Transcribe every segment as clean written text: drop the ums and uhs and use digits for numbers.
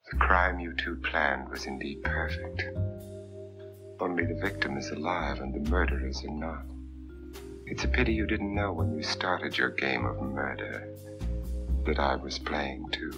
The crime you two planned was indeed perfect. Only the victim is alive and the murderers are not. It's a pity you didn't know when you started your game of murder that I was playing too.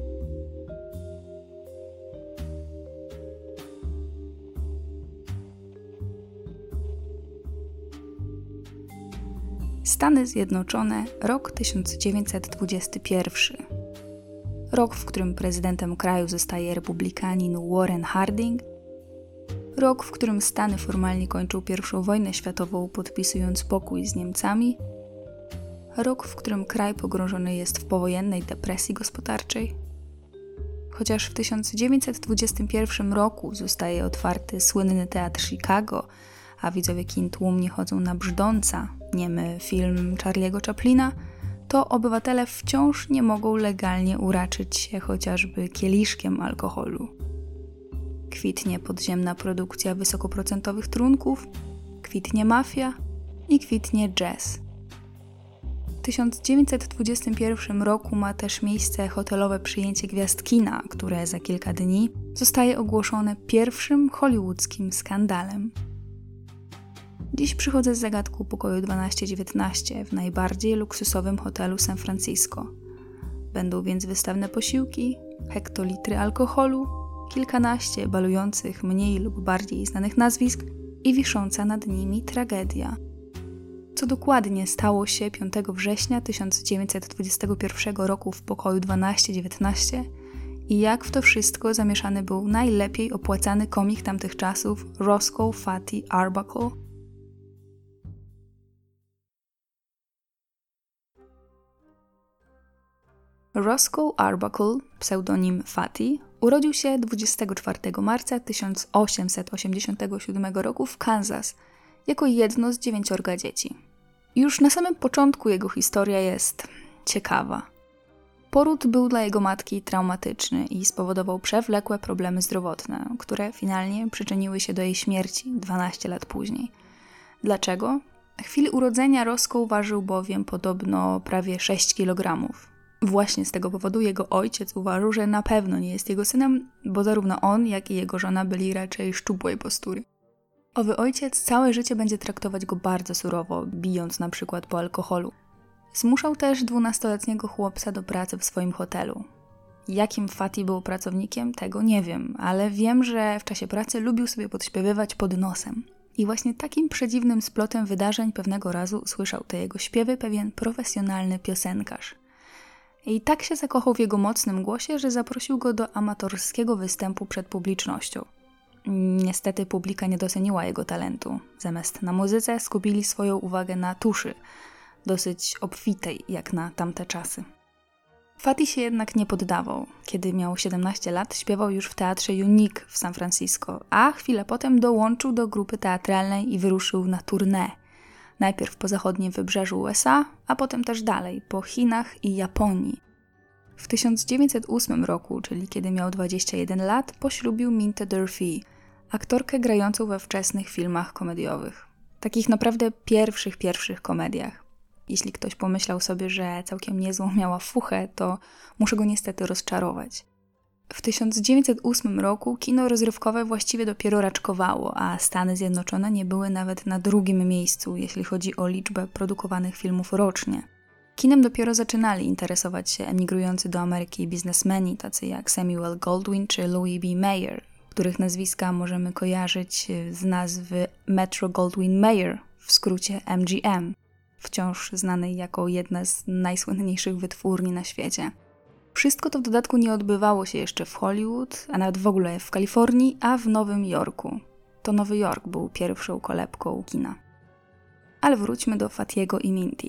Stany Zjednoczone, rok 1921. Rok, w którym prezydentem kraju zostaje republikanin Warren Harding. Rok, w którym Stany formalnie kończą I wojnę światową, podpisując pokój z Niemcami. Rok, w którym kraj pogrążony jest w powojennej depresji gospodarczej. Chociaż w 1921 roku zostaje otwarty słynny teatr Chicago, a widzowie kin tłumnie chodzą na Brzdąca, niemy film Charlie'ego Chaplina, to obywatele wciąż nie mogą legalnie uraczyć się chociażby kieliszkiem alkoholu. Kwitnie podziemna produkcja wysokoprocentowych trunków, kwitnie mafia i kwitnie jazz. W 1921 roku ma też miejsce hotelowe przyjęcie gwiazd kina, które za kilka dni zostaje ogłoszone pierwszym hollywoodzkim skandalem. Dziś przychodzę z zagadką pokoju 1219 w najbardziej luksusowym hotelu San Francisco. Będą więc wystawne posiłki, hektolitry alkoholu, kilkanaście balujących mniej lub bardziej znanych nazwisk i wisząca nad nimi tragedia. Co dokładnie stało się 5 września 1921 roku w pokoju 1219 i jak w to wszystko zamieszany był najlepiej opłacany komik tamtych czasów Roscoe Fatty Arbuckle. Roscoe Arbuckle, pseudonim Fatty, urodził się 24 marca 1887 roku w Kansas jako jedno z 9 dzieci. Już na samym początku jego historia jest ciekawa. Poród był dla jego matki traumatyczny i spowodował przewlekłe problemy zdrowotne, które finalnie przyczyniły się do jej śmierci 12 lat później. Dlaczego? W chwili urodzenia Roscoe ważył bowiem podobno prawie 6 kg. Właśnie z tego powodu jego ojciec uważał, że na pewno nie jest jego synem, bo zarówno on, jak i jego żona byli raczej szczupłej postury. Owy ojciec całe życie będzie traktować go bardzo surowo, bijąc na przykład po alkoholu. Zmuszał też 12-letniego chłopca do pracy w swoim hotelu. Jakim Fatty był pracownikiem, tego nie wiem, ale wiem, że w czasie pracy lubił sobie podśpiewywać pod nosem. I właśnie takim przedziwnym splotem wydarzeń pewnego razu usłyszał te jego śpiewy pewien profesjonalny piosenkarz. I tak się zakochał w jego mocnym głosie, że zaprosił go do amatorskiego występu przed publicznością. Niestety publika nie doceniła jego talentu. Zamiast na muzyce skupili swoją uwagę na tuszy, dosyć obfitej jak na tamte czasy. Fatty się jednak nie poddawał. Kiedy miał 17 lat, śpiewał już w teatrze Unique w San Francisco, a chwilę potem dołączył do grupy teatralnej i wyruszył na tournée. Najpierw po zachodnim wybrzeżu USA, a potem też dalej, po Chinach i Japonii. W 1908 roku, czyli kiedy miał 21 lat, poślubił Mintę Durfee, aktorkę grającą we wczesnych filmach komediowych. Takich naprawdę pierwszych komediach. Jeśli ktoś pomyślał sobie, że całkiem niezłą miała fuchę, to muszę go niestety rozczarować. W 1908 roku kino rozrywkowe właściwie dopiero raczkowało, a Stany Zjednoczone nie były nawet na drugim miejscu, jeśli chodzi o liczbę produkowanych filmów rocznie. Kinem dopiero zaczynali interesować się emigrujący do Ameryki biznesmeni, tacy jak Samuel Goldwyn czy Louis B. Mayer, których nazwiska możemy kojarzyć z nazwy Metro-Goldwyn-Mayer, w skrócie MGM, wciąż znanej jako jedna z najsłynniejszych wytwórni na świecie. Wszystko to w dodatku nie odbywało się jeszcze w Hollywood, a nawet w ogóle w Kalifornii, a w Nowym Jorku. To Nowy Jork był pierwszą kolebką kina. Ale wróćmy do Fatty'ego i Minty.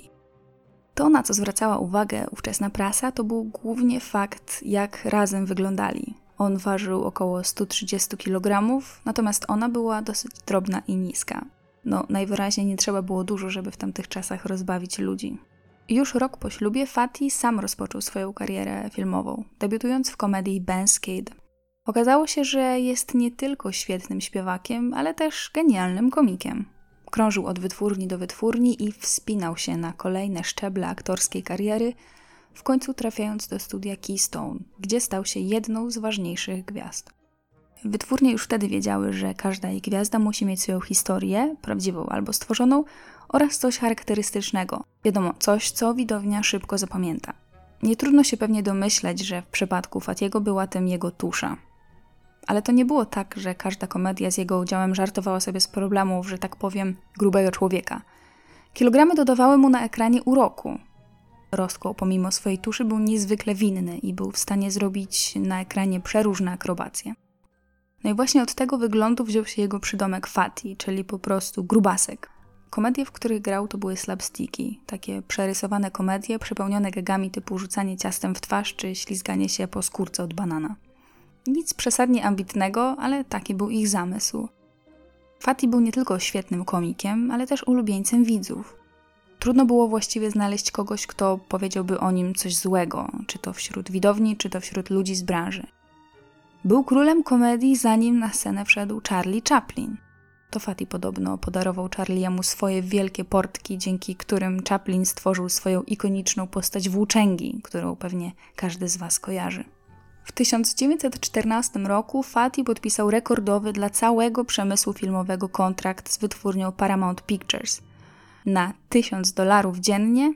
To, na co zwracała uwagę ówczesna prasa, to był głównie fakt, jak razem wyglądali. On ważył około 130 kg, natomiast ona była dosyć drobna i niska. Najwyraźniej nie trzeba było dużo, żeby w tamtych czasach rozbawić ludzi. Już rok po ślubie Fatty sam rozpoczął swoją karierę filmową, debiutując w komedii Ben's Kid. Okazało się, że jest nie tylko świetnym śpiewakiem, ale też genialnym komikiem. Krążył od wytwórni do wytwórni i wspinał się na kolejne szczeble aktorskiej kariery, w końcu trafiając do studia Keystone, gdzie stał się jedną z ważniejszych gwiazd. Wytwórnie już wtedy wiedziały, że każda jej gwiazda musi mieć swoją historię, prawdziwą albo stworzoną, oraz coś charakterystycznego. Wiadomo, coś, co widownia szybko zapamięta. Nie trudno się pewnie domyśleć, że w przypadku Fatiego była tym jego tusza. Ale to nie było tak, że każda komedia z jego udziałem żartowała sobie z problemów, że tak powiem, grubego człowieka. Kilogramy dodawały mu na ekranie uroku. Roscoe, pomimo swojej tuszy, był niezwykle winny i był w stanie zrobić na ekranie przeróżne akrobacje. No i właśnie od tego wyglądu wziął się jego przydomek Fatty, czyli po prostu grubasek. Komedie, w których grał, to były slapsticki, takie przerysowane komedie przepełnione gagami typu rzucanie ciastem w twarz czy ślizganie się po skórce od banana. Nic przesadnie ambitnego, ale taki był ich zamysł. Fatty był nie tylko świetnym komikiem, ale też ulubieńcem widzów. Trudno było właściwie znaleźć kogoś, kto powiedziałby o nim coś złego, czy to wśród widowni, czy to wśród ludzi z branży. Był królem komedii, zanim na scenę wszedł Charlie Chaplin. To Fatty podobno podarował Charliemu swoje wielkie portki, dzięki którym Chaplin stworzył swoją ikoniczną postać włóczęgi, którą pewnie każdy z Was kojarzy. W 1914 roku Fatty podpisał rekordowy dla całego przemysłu filmowego kontrakt z wytwórnią Paramount Pictures. Na $1000 dziennie,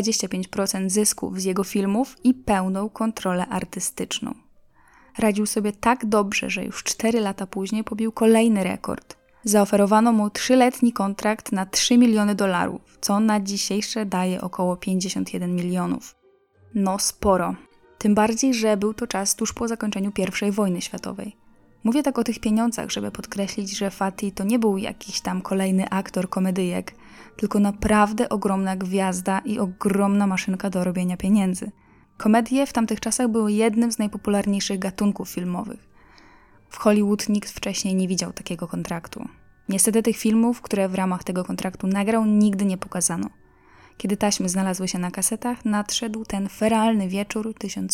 25% zysków z jego filmów i pełną kontrolę artystyczną. Radził sobie tak dobrze, że już 4 lata później pobił kolejny rekord. Zaoferowano mu 3-letni kontrakt na $3 miliony, co na dzisiejsze daje około 51 milionów. No sporo. Tym bardziej, że był to czas tuż po zakończeniu I wojny światowej. Mówię tak o tych pieniądzach, żeby podkreślić, że Fatty to nie był jakiś tam kolejny aktor komedyjek, tylko naprawdę ogromna gwiazda i ogromna maszynka do robienia pieniędzy. Komedie w tamtych czasach były jednym z najpopularniejszych gatunków filmowych. W Hollywood nikt wcześniej nie widział takiego kontraktu. Niestety tych filmów, które w ramach tego kontraktu nagrał, nigdy nie pokazano. Kiedy taśmy znalazły się na kasetach, nadszedł ten feralny wieczór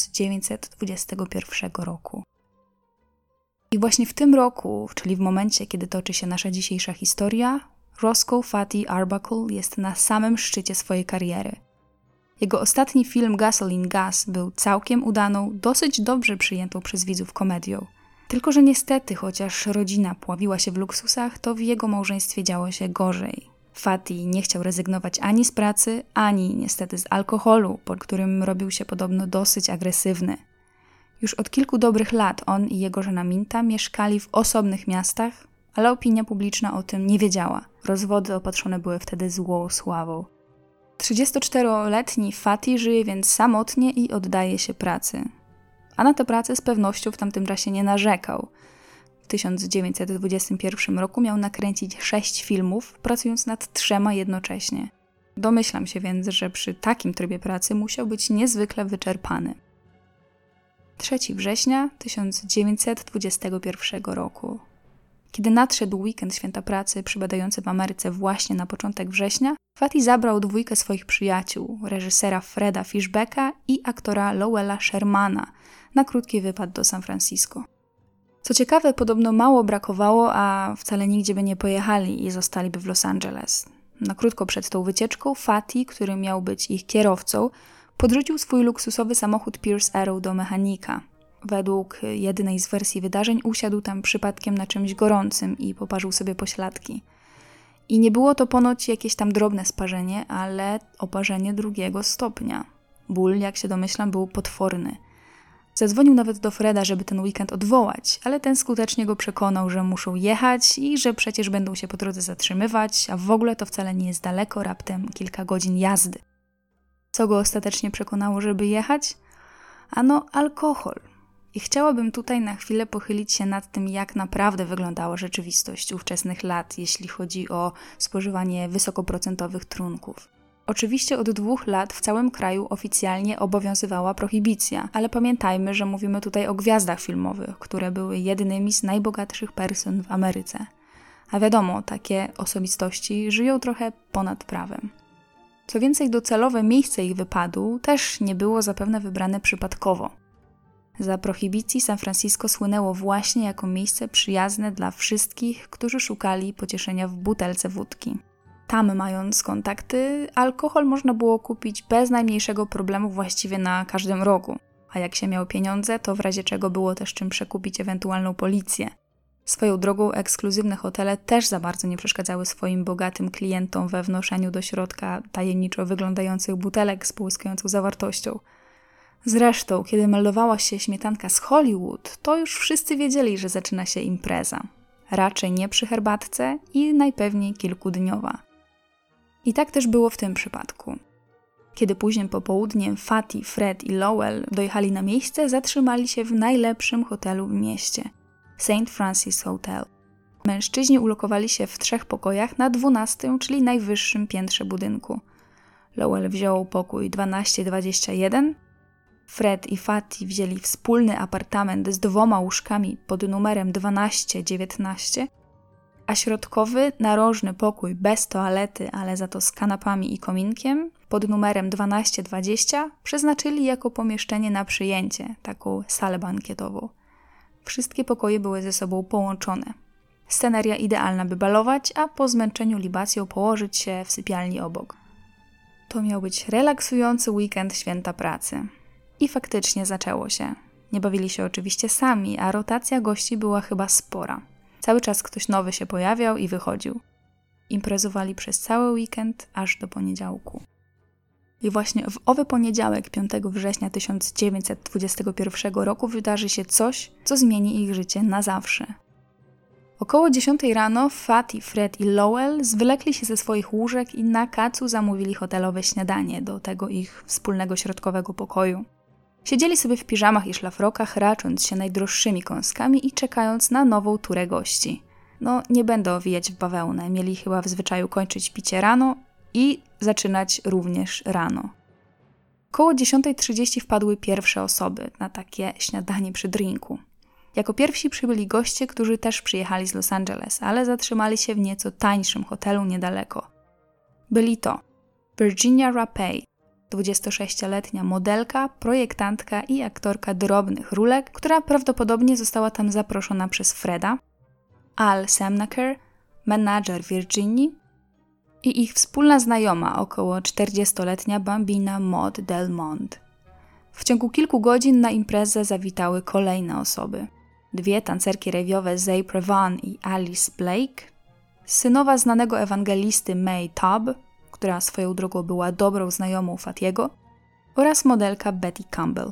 1921 roku. I właśnie w tym roku, czyli w momencie, kiedy toczy się nasza dzisiejsza historia, Roscoe Fatty Arbuckle jest na samym szczycie swojej kariery. Jego ostatni film Gasoline Gas był całkiem udaną, dosyć dobrze przyjętą przez widzów komedią. Tylko że niestety, chociaż rodzina pławiła się w luksusach, to w jego małżeństwie działo się gorzej. Fatty nie chciał rezygnować ani z pracy, ani niestety z alkoholu, pod którym robił się podobno dosyć agresywny. Już od kilku dobrych lat on i jego żona Minta mieszkali w osobnych miastach, ale opinia publiczna o tym nie wiedziała. Rozwody opatrzone były wtedy złą sławą. 34-letni Fatty żyje więc samotnie i oddaje się pracy. A na tę pracę z pewnością w tamtym czasie nie narzekał. W 1921 roku miał nakręcić 6 filmów, pracując nad 3 jednocześnie. Domyślam się więc, że przy takim trybie pracy musiał być niezwykle wyczerpany. 3 września 1921 roku. Kiedy nadszedł weekend Święta Pracy przypadający w Ameryce właśnie na początek września, Fatty zabrał 2 swoich przyjaciół, reżysera Freda Fishbacka i aktora Lowella Shermana, na krótki wypad do San Francisco. Co ciekawe, podobno mało brakowało, a wcale nigdzie by nie pojechali i zostaliby w Los Angeles. Na krótko przed tą wycieczką Fatty, który miał być ich kierowcą, podrzucił swój luksusowy samochód Pierce Arrow do mechanika. Według jednej z wersji wydarzeń usiadł tam przypadkiem na czymś gorącym i poparzył sobie pośladki. I nie było to ponoć jakieś tam drobne sparzenie, ale oparzenie 2. stopnia. Ból, jak się domyślam, był potworny. Zadzwonił nawet do Freda, żeby ten weekend odwołać, ale ten skutecznie go przekonał, że muszą jechać i że przecież będą się po drodze zatrzymywać, a w ogóle to wcale nie jest daleko, raptem kilka godzin jazdy. Co go ostatecznie przekonało, żeby jechać? Ano alkohol. I chciałabym tutaj na chwilę pochylić się nad tym, jak naprawdę wyglądała rzeczywistość ówczesnych lat, jeśli chodzi o spożywanie wysokoprocentowych trunków. Oczywiście od 2 lat w całym kraju oficjalnie obowiązywała prohibicja, ale pamiętajmy, że mówimy tutaj o gwiazdach filmowych, które były jednymi z najbogatszych person w Ameryce. A wiadomo, takie osobistości żyją trochę ponad prawem. Co więcej, docelowe miejsce ich wypadu też nie było zapewne wybrane przypadkowo. Za prohibicji San Francisco słynęło właśnie jako miejsce przyjazne dla wszystkich, którzy szukali pocieszenia w butelce wódki. Tam mając kontakty, alkohol można było kupić bez najmniejszego problemu właściwie na każdym rogu. A jak się miało pieniądze, to w razie czego było też czym przekupić ewentualną policję. Swoją drogą ekskluzywne hotele też za bardzo nie przeszkadzały swoim bogatym klientom we wnoszeniu do środka tajemniczo wyglądających butelek z połyskującą zawartością. Zresztą, kiedy meldowała się śmietanka z Hollywood, to już wszyscy wiedzieli, że zaczyna się impreza. Raczej nie przy herbatce i najpewniej kilkudniowa. I tak też było w tym przypadku. Kiedy późnym popołudniem Fatty, Fred i Lowell dojechali na miejsce, zatrzymali się w najlepszym hotelu w mieście – St. Francis Hotel. Mężczyźni ulokowali się w 3 pokojach na 12, czyli najwyższym piętrze budynku. Lowell wziął pokój 1221, Fred i Fatty wzięli wspólny apartament z 2 łóżkami pod numerem 1219, a środkowy, narożny pokój bez toalety, ale za to z kanapami i kominkiem pod numerem 1220 przeznaczyli jako pomieszczenie na przyjęcie, taką salę bankietową. Wszystkie pokoje były ze sobą połączone. Sceneria idealna, by balować, a po zmęczeniu libacją położyć się w sypialni obok. To miał być relaksujący weekend święta pracy. I faktycznie zaczęło się. Nie bawili się oczywiście sami, a rotacja gości była chyba spora. Cały czas ktoś nowy się pojawiał i wychodził. Imprezowali przez cały weekend, aż do poniedziałku. I właśnie w owy poniedziałek, 5 września 1921 roku, wydarzy się coś, co zmieni ich życie na zawsze. Około 10 rano Fatty, Fred i Lowell zwlekli się ze swoich łóżek i na kacu zamówili hotelowe śniadanie do tego ich wspólnego środkowego pokoju. Siedzieli sobie w piżamach i szlafrokach, racząc się najdroższymi kąskami i czekając na nową turę gości. No, nie będę owijać w bawełnę, mieli chyba w zwyczaju kończyć picie rano i zaczynać również rano. Koło 10:30 wpadły pierwsze osoby na takie śniadanie przy drinku. Jako pierwsi przybyli goście, którzy też przyjechali z Los Angeles, ale zatrzymali się w nieco tańszym hotelu niedaleko. Byli to Virginia Rapay, 26-letnia modelka, projektantka i aktorka drobnych rólek, która prawdopodobnie została tam zaproszona przez Freda, Al Semnaker, menadżer Virginii i ich wspólna znajoma, około 40-letnia Bambina Maud Delmont. W ciągu kilku godzin na imprezę zawitały kolejne osoby. 2 tancerki rejwiowe Zapra Vaughn i Alice Blake, synowa znanego ewangelisty May Taub, która swoją drogą była dobrą znajomą Fattiego, oraz modelka Betty Campbell.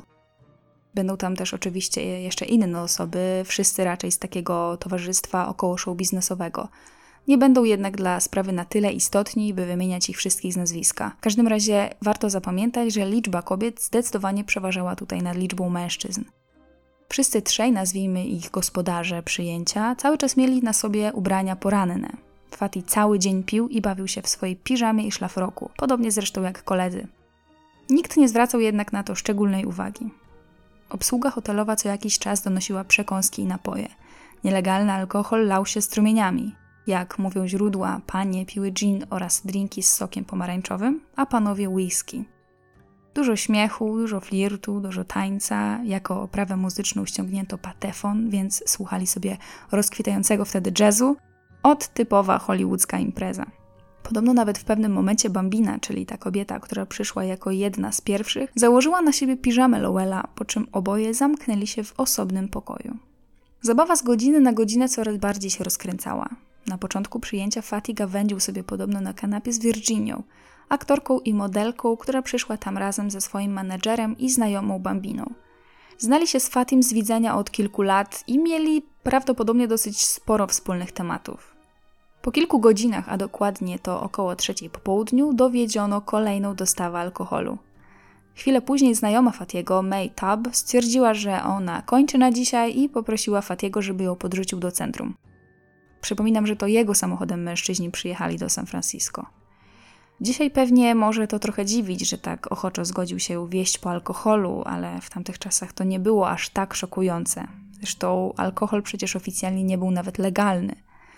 Będą tam też oczywiście jeszcze inne osoby, wszyscy raczej z takiego towarzystwa około show biznesowego. Nie będą jednak dla sprawy na tyle istotni, by wymieniać ich wszystkich z nazwiska. W każdym razie warto zapamiętać, że liczba kobiet zdecydowanie przeważała tutaj nad liczbą mężczyzn. Wszyscy 3, nazwijmy ich gospodarze przyjęcia, cały czas mieli na sobie ubrania poranne. Fatty cały dzień pił i bawił się w swojej piżamie i szlafroku, podobnie zresztą jak koledzy. Nikt nie zwracał jednak na to szczególnej uwagi. Obsługa hotelowa co jakiś czas donosiła przekąski i napoje. Nielegalny alkohol lał się strumieniami. Jak mówią źródła, panie piły gin oraz drinki z sokiem pomarańczowym, a panowie whisky. Dużo śmiechu, dużo flirtu, dużo tańca. Jako oprawę muzyczną ściągnięto patefon, więc słuchali sobie rozkwitającego wtedy jazzu. Typowa hollywoodzka impreza. Podobno nawet w pewnym momencie Bambina, czyli ta kobieta, która przyszła jako jedna z pierwszych, założyła na siebie piżamę Lowella, po czym oboje zamknęli się w osobnym pokoju. Zabawa z godziny na godzinę coraz bardziej się rozkręcała. Na początku przyjęcia Fatty gawędził sobie podobno na kanapie z Virginią, aktorką i modelką, która przyszła tam razem ze swoim menedżerem i znajomą Bambiną. Znali się z Fattym z widzenia od kilku lat i mieli prawdopodobnie dosyć sporo wspólnych tematów. Po kilku godzinach, a dokładnie to około 3 po południu, dowiedziono kolejną dostawę alkoholu. Chwilę później znajoma Fattiego, May Taub, stwierdziła, że ona kończy na dzisiaj i poprosiła Fattiego, żeby ją podrzucił do centrum. Przypominam, że to jego samochodem mężczyźni przyjechali do San Francisco. Dzisiaj pewnie może to trochę dziwić, że tak ochoczo zgodził się wieźć po alkoholu, ale w tamtych czasach to nie było aż tak szokujące. Zresztą alkohol przecież oficjalnie nie był nawet legalny.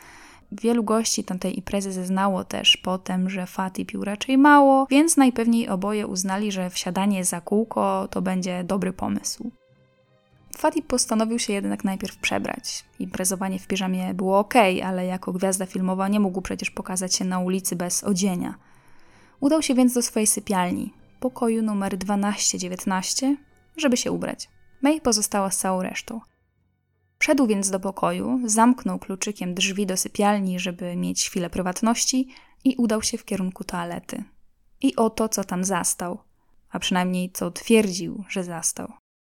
Wielu gości tamtej imprezy zeznało też potem, że Fatty pił raczej mało, więc najpewniej oboje uznali, że wsiadanie za kółko to będzie dobry pomysł. Fatty postanowił się jednak najpierw przebrać. Imprezowanie w piżamie było okej, ale jako gwiazda filmowa nie mógł przecież pokazać się na ulicy bez odzienia. Udał się więc do swojej sypialni, pokoju numer 1219, żeby się ubrać. May pozostała z całą resztą. Wszedł więc do pokoju, zamknął kluczykiem drzwi do sypialni, żeby mieć chwilę prywatności i udał się w kierunku toalety. I oto, co tam zastał, a przynajmniej co twierdził, że zastał.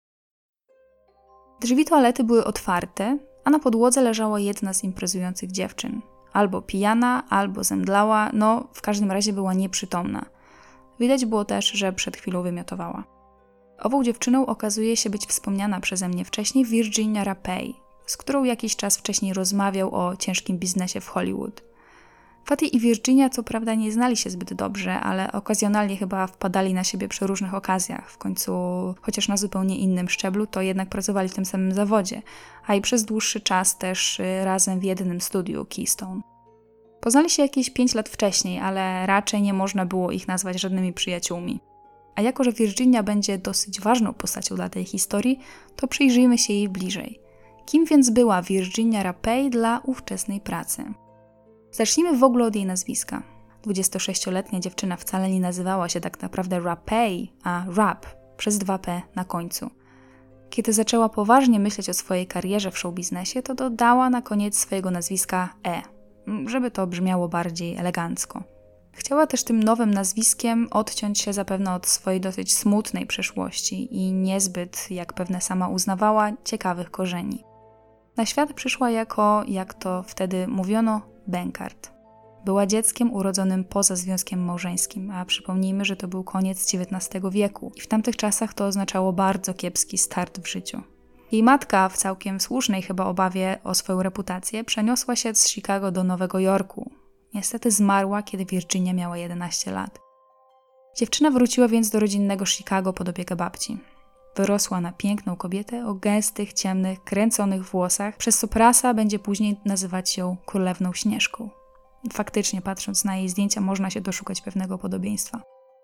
Drzwi toalety były otwarte, a na podłodze leżała jedna z imprezujących dziewczyn. Albo pijana, albo zemdlała, no w każdym razie była nieprzytomna. Widać było też, że przed chwilą wymiotowała. Ową dziewczyną okazuje się być wspomniana przeze mnie wcześniej Virginia Rapay, z którą jakiś czas wcześniej rozmawiał o ciężkim biznesie w Hollywood. Fatty i Virginia co prawda nie znali się zbyt dobrze, ale okazjonalnie chyba wpadali na siebie przy różnych okazjach. W końcu, chociaż na zupełnie innym szczeblu, to jednak pracowali w tym samym zawodzie, a i przez dłuższy czas też razem w jednym studiu Keystone. Poznali się jakieś 5 lat wcześniej, ale raczej nie można było ich nazwać żadnymi przyjaciółmi. A jako, że Virginia będzie dosyć ważną postacią dla tej historii, to przyjrzyjmy się jej bliżej. Kim więc była Virginia Rapay dla ówczesnej pracy? Zacznijmy w ogóle od jej nazwiska. 26-letnia dziewczyna wcale nie nazywała się tak naprawdę Rapay, a Rap przez 2P na końcu. Kiedy zaczęła poważnie myśleć o swojej karierze w showbiznesie, to dodała na koniec swojego nazwiska E, żeby to brzmiało bardziej elegancko. Chciała też tym nowym nazwiskiem odciąć się zapewne od swojej dosyć smutnej przeszłości i niezbyt, jak pewnie sama uznawała, ciekawych korzeni. Na świat przyszła jako, jak to wtedy mówiono, bękart. Była dzieckiem urodzonym poza związkiem małżeńskim, a przypomnijmy, że to był koniec XIX wieku i w tamtych czasach to oznaczało bardzo kiepski start w życiu. Jej matka, w całkiem słusznej chyba obawie o swoją reputację, przeniosła się z Chicago do Nowego Jorku. Niestety zmarła, kiedy Virginia miała 11 lat. Dziewczyna wróciła więc do rodzinnego Chicago pod opiekę babci. Wyrosła na piękną kobietę o gęstych, ciemnych, kręconych włosach, przez co prasa będzie później nazywać ją Królewną Śnieżką. Faktycznie, patrząc na jej zdjęcia, można się doszukać pewnego podobieństwa.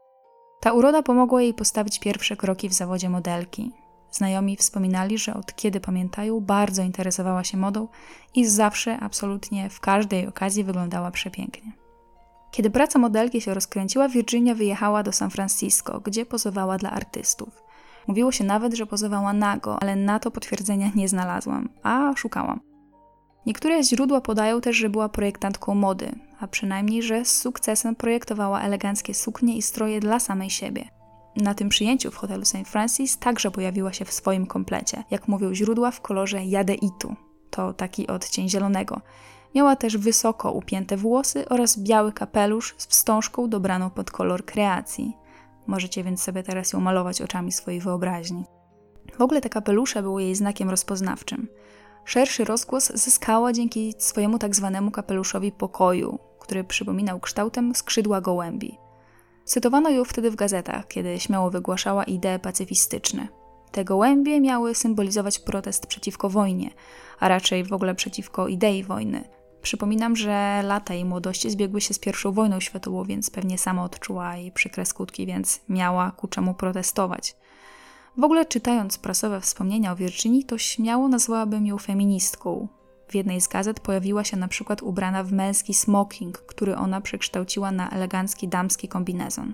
Ta uroda pomogła jej postawić pierwsze kroki w zawodzie modelki. Znajomi wspominali, że od kiedy pamiętają, bardzo interesowała się modą i zawsze, absolutnie w każdej okazji wyglądała przepięknie. Kiedy praca modelki się rozkręciła, Virginia wyjechała do San Francisco, gdzie pozowała dla artystów. Mówiło się nawet, że pozowała nago, ale na to potwierdzenia nie znalazłam, a szukałam. Niektóre źródła podają też, że była projektantką mody, a przynajmniej, że z sukcesem projektowała eleganckie suknie i stroje dla samej siebie. Na tym przyjęciu w hotelu St. Francis także pojawiła się w swoim komplecie, jak mówią źródła, w kolorze jadeitu. To taki odcień zielonego. Miała też wysoko upięte włosy oraz biały kapelusz z wstążką dobraną pod kolor kreacji. Możecie więc sobie teraz ją malować oczami swojej wyobraźni. W ogóle te kapelusze były jej znakiem rozpoznawczym. Szerszy rozgłos zyskała dzięki swojemu tak zwanemu kapeluszowi pokoju, który przypominał kształtem skrzydła gołębi. Cytowano ją wtedy w gazetach, kiedy śmiało wygłaszała idee pacyfistyczne. Te gołębie miały symbolizować protest przeciwko wojnie, a raczej w ogóle przeciwko idei wojny. Przypominam, że lata jej młodości zbiegły się z I wojną światową, więc pewnie sama odczuła jej przykre skutki, więc miała ku czemu protestować. W ogóle czytając prasowe wspomnienia o Virginii, to śmiało nazwałabym ją feministką. W jednej z gazet pojawiła się na przykład ubrana w męski smoking, który ona przekształciła na elegancki damski kombinezon.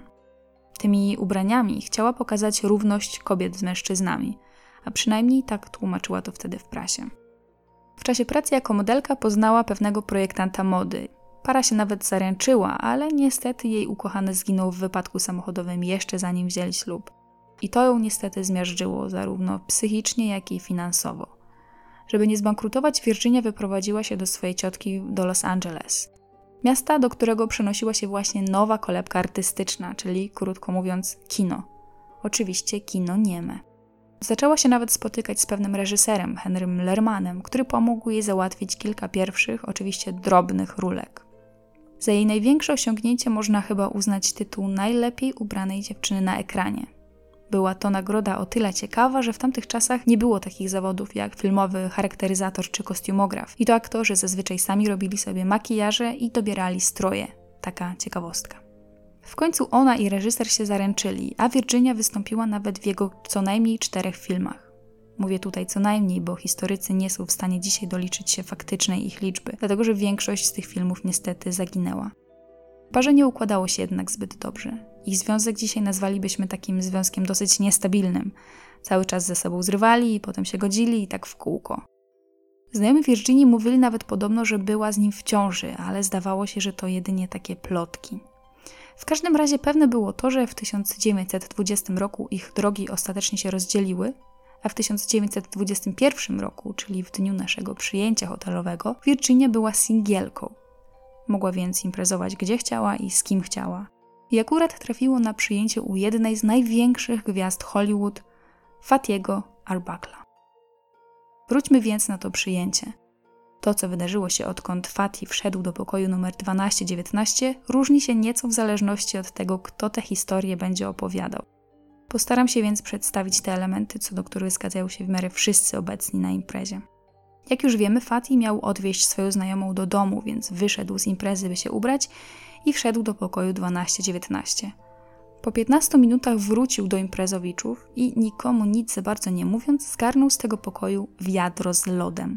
Tymi ubraniami chciała pokazać równość kobiet z mężczyznami, a przynajmniej tak tłumaczyła to wtedy w prasie. W czasie pracy jako modelka poznała pewnego projektanta mody. Para się nawet zaręczyła, ale niestety jej ukochany zginął w wypadku samochodowym jeszcze zanim wzięli ślub. I to ją niestety zmiażdżyło zarówno psychicznie, jak i finansowo. Żeby nie zbankrutować, Virginia wyprowadziła się do swojej ciotki do Los Angeles. Miasta, do którego przenosiła się właśnie nowa kolebka artystyczna, czyli krótko mówiąc kino. Oczywiście kino nieme. Zaczęła się nawet spotykać z pewnym reżyserem, Henrym Lermanem, który pomógł jej załatwić kilka pierwszych, oczywiście drobnych rólek. Za jej największe osiągnięcie można chyba uznać tytuł najlepiej ubranej dziewczyny na ekranie. Była to nagroda o tyle ciekawa, że w tamtych czasach nie było takich zawodów jak filmowy charakteryzator czy kostiumograf. I to aktorzy zazwyczaj sami robili sobie makijaże i dobierali stroje. Taka ciekawostka. W końcu ona i reżyser się zaręczyli, a Virginia wystąpiła nawet w jego co najmniej 4 filmach. Mówię tutaj co najmniej, bo historycy nie są w stanie dzisiaj doliczyć się faktycznej ich liczby, dlatego że większość z tych filmów niestety zaginęła. Parze nie układało się jednak zbyt dobrze. Ich związek dzisiaj nazwalibyśmy takim związkiem dosyć niestabilnym. Cały czas ze sobą zrywali, potem się godzili i tak w kółko. Znajomi Virginii mówili nawet podobno, że była z nim w ciąży, ale zdawało się, że to jedynie takie plotki. W każdym razie pewne było to, że w 1920 roku ich drogi ostatecznie się rozdzieliły, a w 1921 roku, czyli w dniu naszego przyjęcia hotelowego, Virginia była singielką. Mogła więc imprezować gdzie chciała i z kim chciała. I akurat trafiło na przyjęcie u jednej z największych gwiazd Hollywood, Fathiego Arbuckla. Wróćmy więc na to przyjęcie. To, co wydarzyło się odkąd Fathi wszedł do pokoju numer 12-19, różni się nieco w zależności od tego, kto tę historię będzie opowiadał. Postaram się więc przedstawić te elementy, co do których zgadzają się w miarę wszyscy obecni na imprezie. Jak już wiemy, Fathi miał odwieźć swoją znajomą do domu, więc wyszedł z imprezy, by się ubrać i wszedł do pokoju 12-19. Po 15 minutach wrócił do imprezowiczów i nikomu nic za bardzo nie mówiąc, zgarnął z tego pokoju wiadro z lodem.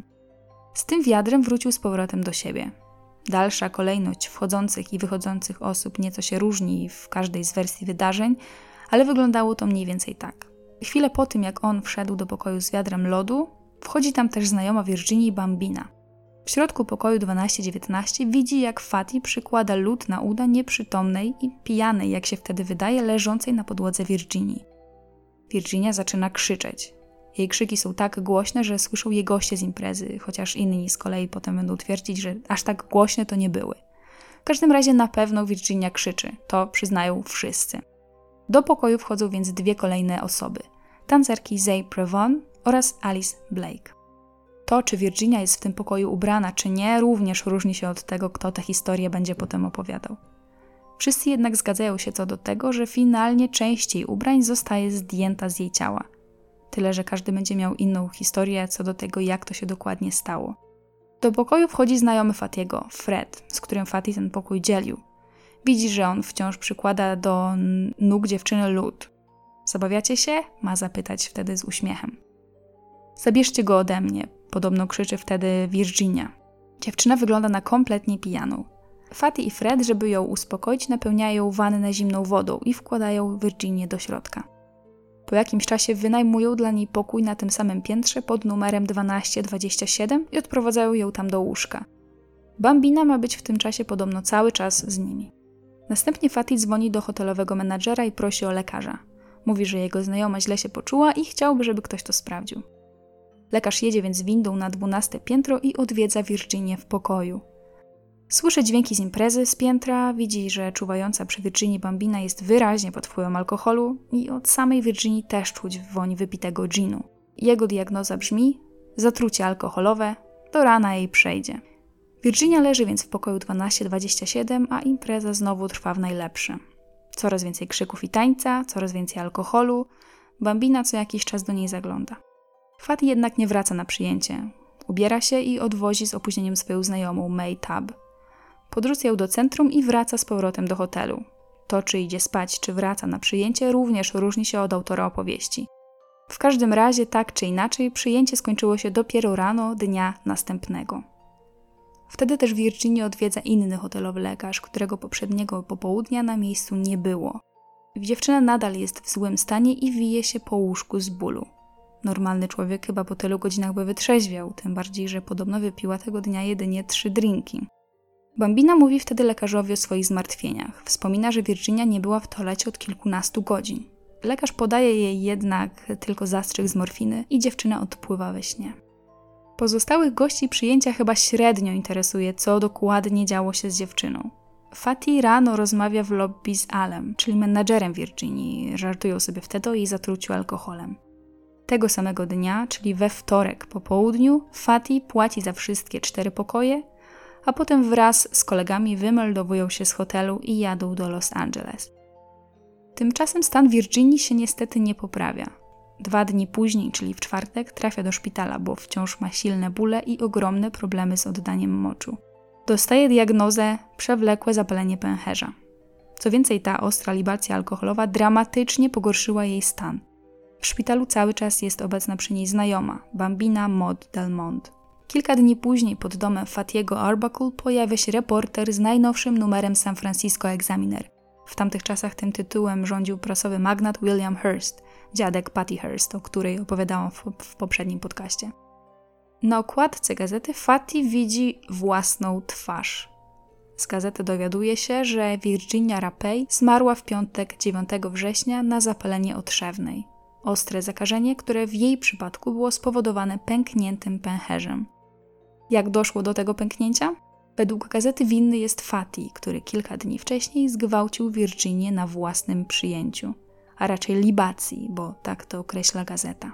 Z tym wiadrem wrócił z powrotem do siebie. Dalsza kolejność wchodzących i wychodzących osób nieco się różni w każdej z wersji wydarzeń, ale wyglądało to mniej więcej tak. Chwilę po tym, jak on wszedł do pokoju z wiadrem lodu, wchodzi tam też znajoma Virginii Bambina. W środku pokoju 12-19 widzi, jak Fathi przykłada lód na uda nieprzytomnej i pijanej, jak się wtedy wydaje, leżącej na podłodze Virginii. Virginia zaczyna krzyczeć. Jej krzyki są tak głośne, że słyszą je goście z imprezy, chociaż inni z kolei potem będą twierdzić, że aż tak głośne to nie były. W każdym razie na pewno Virginia krzyczy, to przyznają wszyscy. Do pokoju wchodzą więc dwie kolejne osoby. Tancerki Zay Prevon oraz Alice Blake. To, czy Virginia jest w tym pokoju ubrana, czy nie, również różni się od tego, kto tę historię będzie potem opowiadał. Wszyscy jednak zgadzają się co do tego, że finalnie część jej ubrań zostaje zdjęta z jej ciała. Tyle, że każdy będzie miał inną historię co do tego, jak to się dokładnie stało. Do pokoju wchodzi znajomy Fathiego, Fred, z którym Fathi ten pokój dzielił. Widzi, że on wciąż przykłada do nóg dziewczyny lód. Zabawiacie się? Ma zapytać wtedy z uśmiechem. Zabierzcie go ode mnie, podobno krzyczy wtedy Virginia. Dziewczyna wygląda na kompletnie pijaną. Fathi i Fred, żeby ją uspokoić, napełniają wannę zimną wodą i wkładają Virginię do środka. Po jakimś czasie wynajmują dla niej pokój na tym samym piętrze pod numerem 12-27 i odprowadzają ją tam do łóżka. Bambina ma być w tym czasie podobno cały czas z nimi. Następnie Fathi dzwoni do hotelowego menadżera i prosi o lekarza. Mówi, że jego znajoma źle się poczuła i chciałby, żeby ktoś to sprawdził. Lekarz jedzie więc windą na 12 piętro i odwiedza Virginię w pokoju. Słyszy dźwięki z imprezy z piętra, widzi, że czuwająca przy Virginii Bambina jest wyraźnie pod wpływem alkoholu i od samej Virginii też czuć woń wypitego ginu. Jego diagnoza brzmi: zatrucie alkoholowe, do rana jej przejdzie. Virginia leży więc w pokoju 12-27, a impreza znowu trwa w najlepsze. Coraz więcej krzyków i tańca, coraz więcej alkoholu. Bambina co jakiś czas do niej zagląda. Fathi jednak nie wraca na przyjęcie. Ubiera się i odwozi z opóźnieniem swoją znajomą May Tabb. Podrzuca ją do centrum i wraca z powrotem do hotelu. To, czy idzie spać, czy wraca na przyjęcie, również różni się od autora opowieści. W każdym razie, tak czy inaczej, przyjęcie skończyło się dopiero rano dnia następnego. Wtedy też Virginię odwiedza inny hotelowy lekarz, którego poprzedniego popołudnia na miejscu nie było. Dziewczyna nadal jest w złym stanie i wije się po łóżku z bólu. Normalny człowiek chyba po tylu godzinach by wytrzeźwiał, tym bardziej, że podobno wypiła tego dnia jedynie 3 drinki. Bambina mówi wtedy lekarzowi o swoich zmartwieniach. Wspomina, że Virginia nie była w toalecie od kilkunastu godzin. Lekarz podaje jej jednak tylko zastrzyk z morfiny i dziewczyna odpływa we śnie. Pozostałych gości przyjęcia chyba średnio interesuje, co dokładnie działo się z dziewczyną. Fathi rano rozmawia w lobby z Alem, czyli menadżerem Virginii. Żartują sobie wtedy o jej zatruciu alkoholem. Tego samego dnia, czyli we wtorek po południu, Fathi płaci za wszystkie 4 pokoje, a potem wraz z kolegami wymeldowują się z hotelu i jadą do Los Angeles. Tymczasem stan Virginii się niestety nie poprawia. 2 dni później, czyli w czwartek, trafia do szpitala, bo wciąż ma silne bóle i ogromne problemy z oddaniem moczu. Dostaje diagnozę przewlekłe zapalenie pęcherza. Co więcej, ta ostra libacja alkoholowa dramatycznie pogorszyła jej stan. W szpitalu cały czas jest obecna przy niej znajoma, Bambina Maud Delmont. Kilka dni później pod domem Fatiego Arbuckle pojawia się reporter z najnowszym numerem San Francisco Examiner. W tamtych czasach tym tytułem rządził prasowy magnat William Hearst, dziadek Patty Hearst, o której opowiadałam w poprzednim podcaście. Na okładce gazety Fatty widzi własną twarz. Z gazety dowiaduje się, że Virginia Rapey zmarła w piątek 9 września na zapalenie otrzewnej. Ostre zakażenie, które w jej przypadku było spowodowane pękniętym pęcherzem. Jak doszło do tego pęknięcia? Według gazety winny jest Fatty, który kilka dni wcześniej zgwałcił Virginię na własnym przyjęciu, a raczej libacji, bo tak to określa gazeta.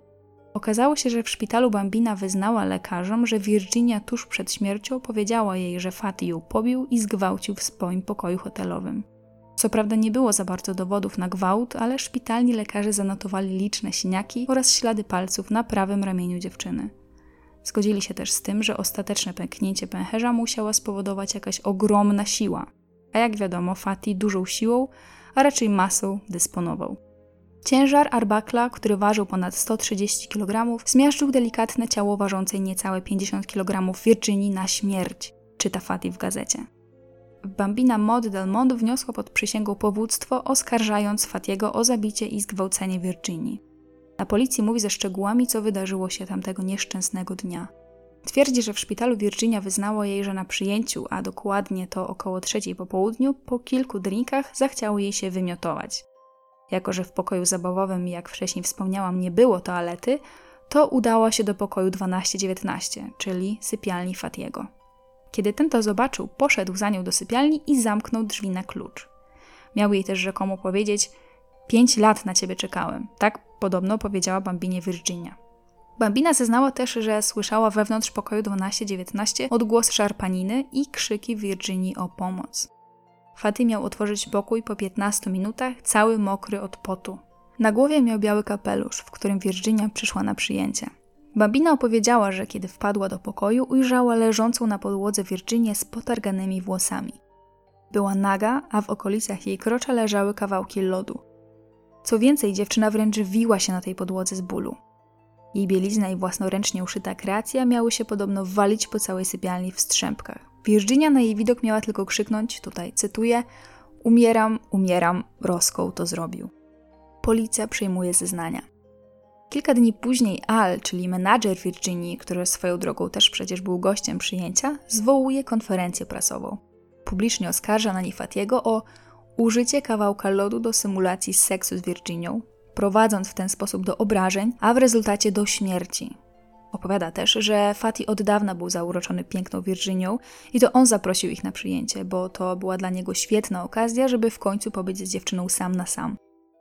Okazało się, że w szpitalu Bambina wyznała lekarzom, że Virginia tuż przed śmiercią powiedziała jej, że Fatty ją pobił i zgwałcił w swoim pokoju hotelowym. Co prawda nie było za bardzo dowodów na gwałt, ale szpitalni lekarze zanotowali liczne siniaki oraz ślady palców na prawym ramieniu dziewczyny. Zgodzili się też z tym, że ostateczne pęknięcie pęcherza musiała spowodować jakaś ogromna siła, a jak wiadomo Fatty dużą siłą, a raczej masą dysponował. Ciężar Arbuckla, który ważył ponad 130 kg, zmiażdżył delikatne ciało ważącej niecałe 50 kg Virginii na śmierć, czyta Fatty w gazecie. Bambina Maud Delmont wniosła pod przysięgą powództwo, oskarżając Fattiego o zabicie i zgwałcenie Virginii. Na policji mówi ze szczegółami, co wydarzyło się tamtego nieszczęsnego dnia. Twierdzi, że w szpitalu Virginia wyznała jej, że na przyjęciu, a dokładnie to około 3 po południu, po kilku drinkach zachciało jej się wymiotować. Jako że w pokoju zabawowym, jak wcześniej wspomniałam, nie było toalety, to udała się do pokoju 12-19, czyli sypialni Fattiego. Kiedy ten to zobaczył, poszedł za nią do sypialni i zamknął drzwi na klucz. Miał jej też rzekomo powiedzieć: 5 lat na ciebie czekałem. Tak podobno powiedziała Bambinie Virginia. Bambina zeznała też, że słyszała wewnątrz pokoju 12-19 odgłos szarpaniny i krzyki Virginii o pomoc. Fatty miał otworzyć pokój po 15 minutach, cały mokry od potu. Na głowie miał biały kapelusz, w którym Virginia przyszła na przyjęcie. Bambina opowiedziała, że kiedy wpadła do pokoju, ujrzała leżącą na podłodze Virginię z potarganymi włosami. Była naga, a w okolicach jej krocza leżały kawałki lodu. Co więcej, dziewczyna wręcz wiła się na tej podłodze z bólu. Jej bielizna i własnoręcznie uszyta kreacja miały się podobno walić po całej sypialni w strzępkach. Virginia na jej widok miała tylko krzyknąć, tutaj cytuję: umieram, umieram, Roscoe to zrobił. Policja przyjmuje zeznania. Kilka dni później Al, czyli menadżer Virginii, który swoją drogą też przecież był gościem przyjęcia, zwołuje konferencję prasową. Publicznie oskarża na niej Fattiego o użycie kawałka lodu do symulacji seksu z Virginią, prowadząc w ten sposób do obrażeń, a w rezultacie do śmierci. Opowiada też, że Fatty od dawna był zauroczony piękną Virginią i to on zaprosił ich na przyjęcie, bo to była dla niego świetna okazja, żeby w końcu pobyć z dziewczyną sam na sam.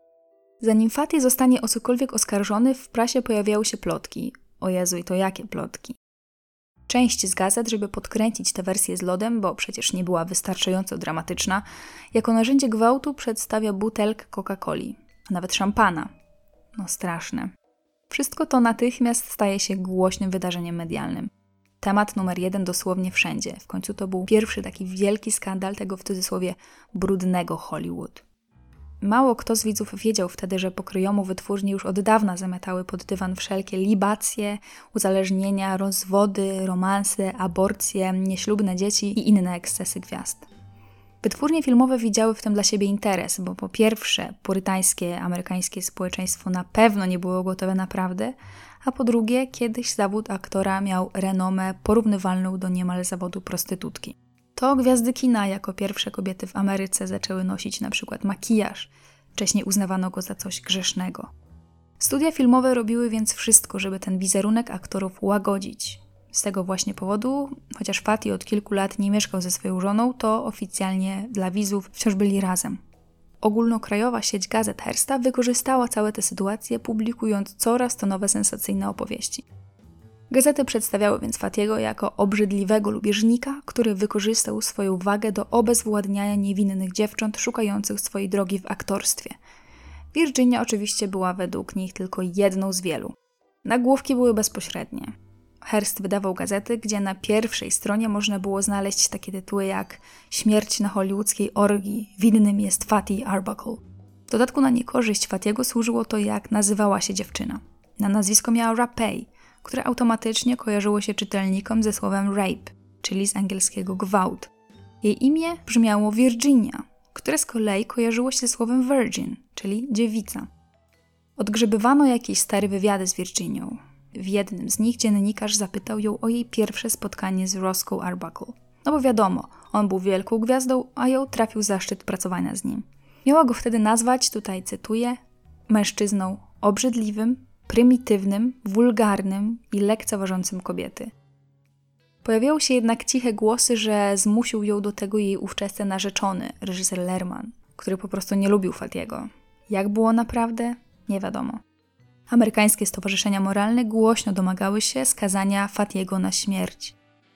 Zanim Fatty zostanie o cokolwiek oskarżony, w prasie pojawiały się plotki. O Jezu, i to jakie plotki? Część z gazet, żeby podkręcić tę wersję z lodem, bo przecież nie była wystarczająco dramatyczna, jako narzędzie gwałtu przedstawia butelkę Coca-Coli, a nawet szampana. No straszne. Wszystko to natychmiast staje się głośnym wydarzeniem medialnym. Temat numer 1 dosłownie wszędzie. W końcu to był pierwszy taki wielki skandal tego w cudzysłowie brudnego Hollywood. Mało kto z widzów wiedział wtedy, że pokryjomu wytwórnie już od dawna zamytały pod dywan wszelkie libacje, uzależnienia, rozwody, romanse, aborcje, nieślubne dzieci i inne ekscesy gwiazd. Wytwórnie filmowe widziały w tym dla siebie interes, bo po pierwsze purytańskie amerykańskie społeczeństwo na pewno nie było gotowe na prawdę, a po drugie kiedyś zawód aktora miał renomę porównywalną do niemal zawodu prostytutki. To gwiazdy kina jako pierwsze kobiety w Ameryce zaczęły nosić na przykład makijaż, wcześniej uznawano go za coś grzesznego. Studia filmowe robiły więc wszystko, żeby ten wizerunek aktorów łagodzić. Z tego właśnie powodu, chociaż Fatty od kilku lat nie mieszkał ze swoją żoną, to oficjalnie dla widzów wciąż byli razem. Ogólnokrajowa sieć gazet Hearsta wykorzystała całe tę sytuację, publikując coraz to nowe sensacyjne opowieści. Gazety przedstawiały więc Fattiego jako obrzydliwego lubieżnika, który wykorzystał swoją wagę do obezwładniania niewinnych dziewcząt szukających swojej drogi w aktorstwie. Virginia oczywiście była według nich tylko jedną z wielu. Nagłówki były bezpośrednie. Hearst wydawał gazety, gdzie na pierwszej stronie można było znaleźć takie tytuły jak „Śmierć na hollywoodzkiej orgii, winnym jest Fatty Arbuckle”. W dodatku na niekorzyść Fatiego służyło to, jak nazywała się dziewczyna. Na nazwisko miała Rapey, które automatycznie kojarzyło się czytelnikom ze słowem rape, czyli z angielskiego gwałt. Jej imię brzmiało Virginia, które z kolei kojarzyło się ze słowem virgin, czyli dziewica. Odgrzebywano jakieś stare wywiady z Virginią. W jednym z nich dziennikarz zapytał ją o jej pierwsze spotkanie z Roscoe Arbuckle. No bo wiadomo, on był wielką gwiazdą, a ją trafił zaszczyt pracowania z nim. Miała go wtedy nazwać, tutaj cytuję, mężczyzną obrzydliwym, prymitywnym, wulgarnym i lekceważącym kobiety. Pojawiały się jednak ciche głosy, że zmusił ją do tego jej ówczesny narzeczony, reżyser Lerman, który po prostu nie lubił Fatiego. Jak było naprawdę? Nie wiadomo. Amerykańskie stowarzyszenia moralne głośno domagały się skazania Fatiego na śmierć.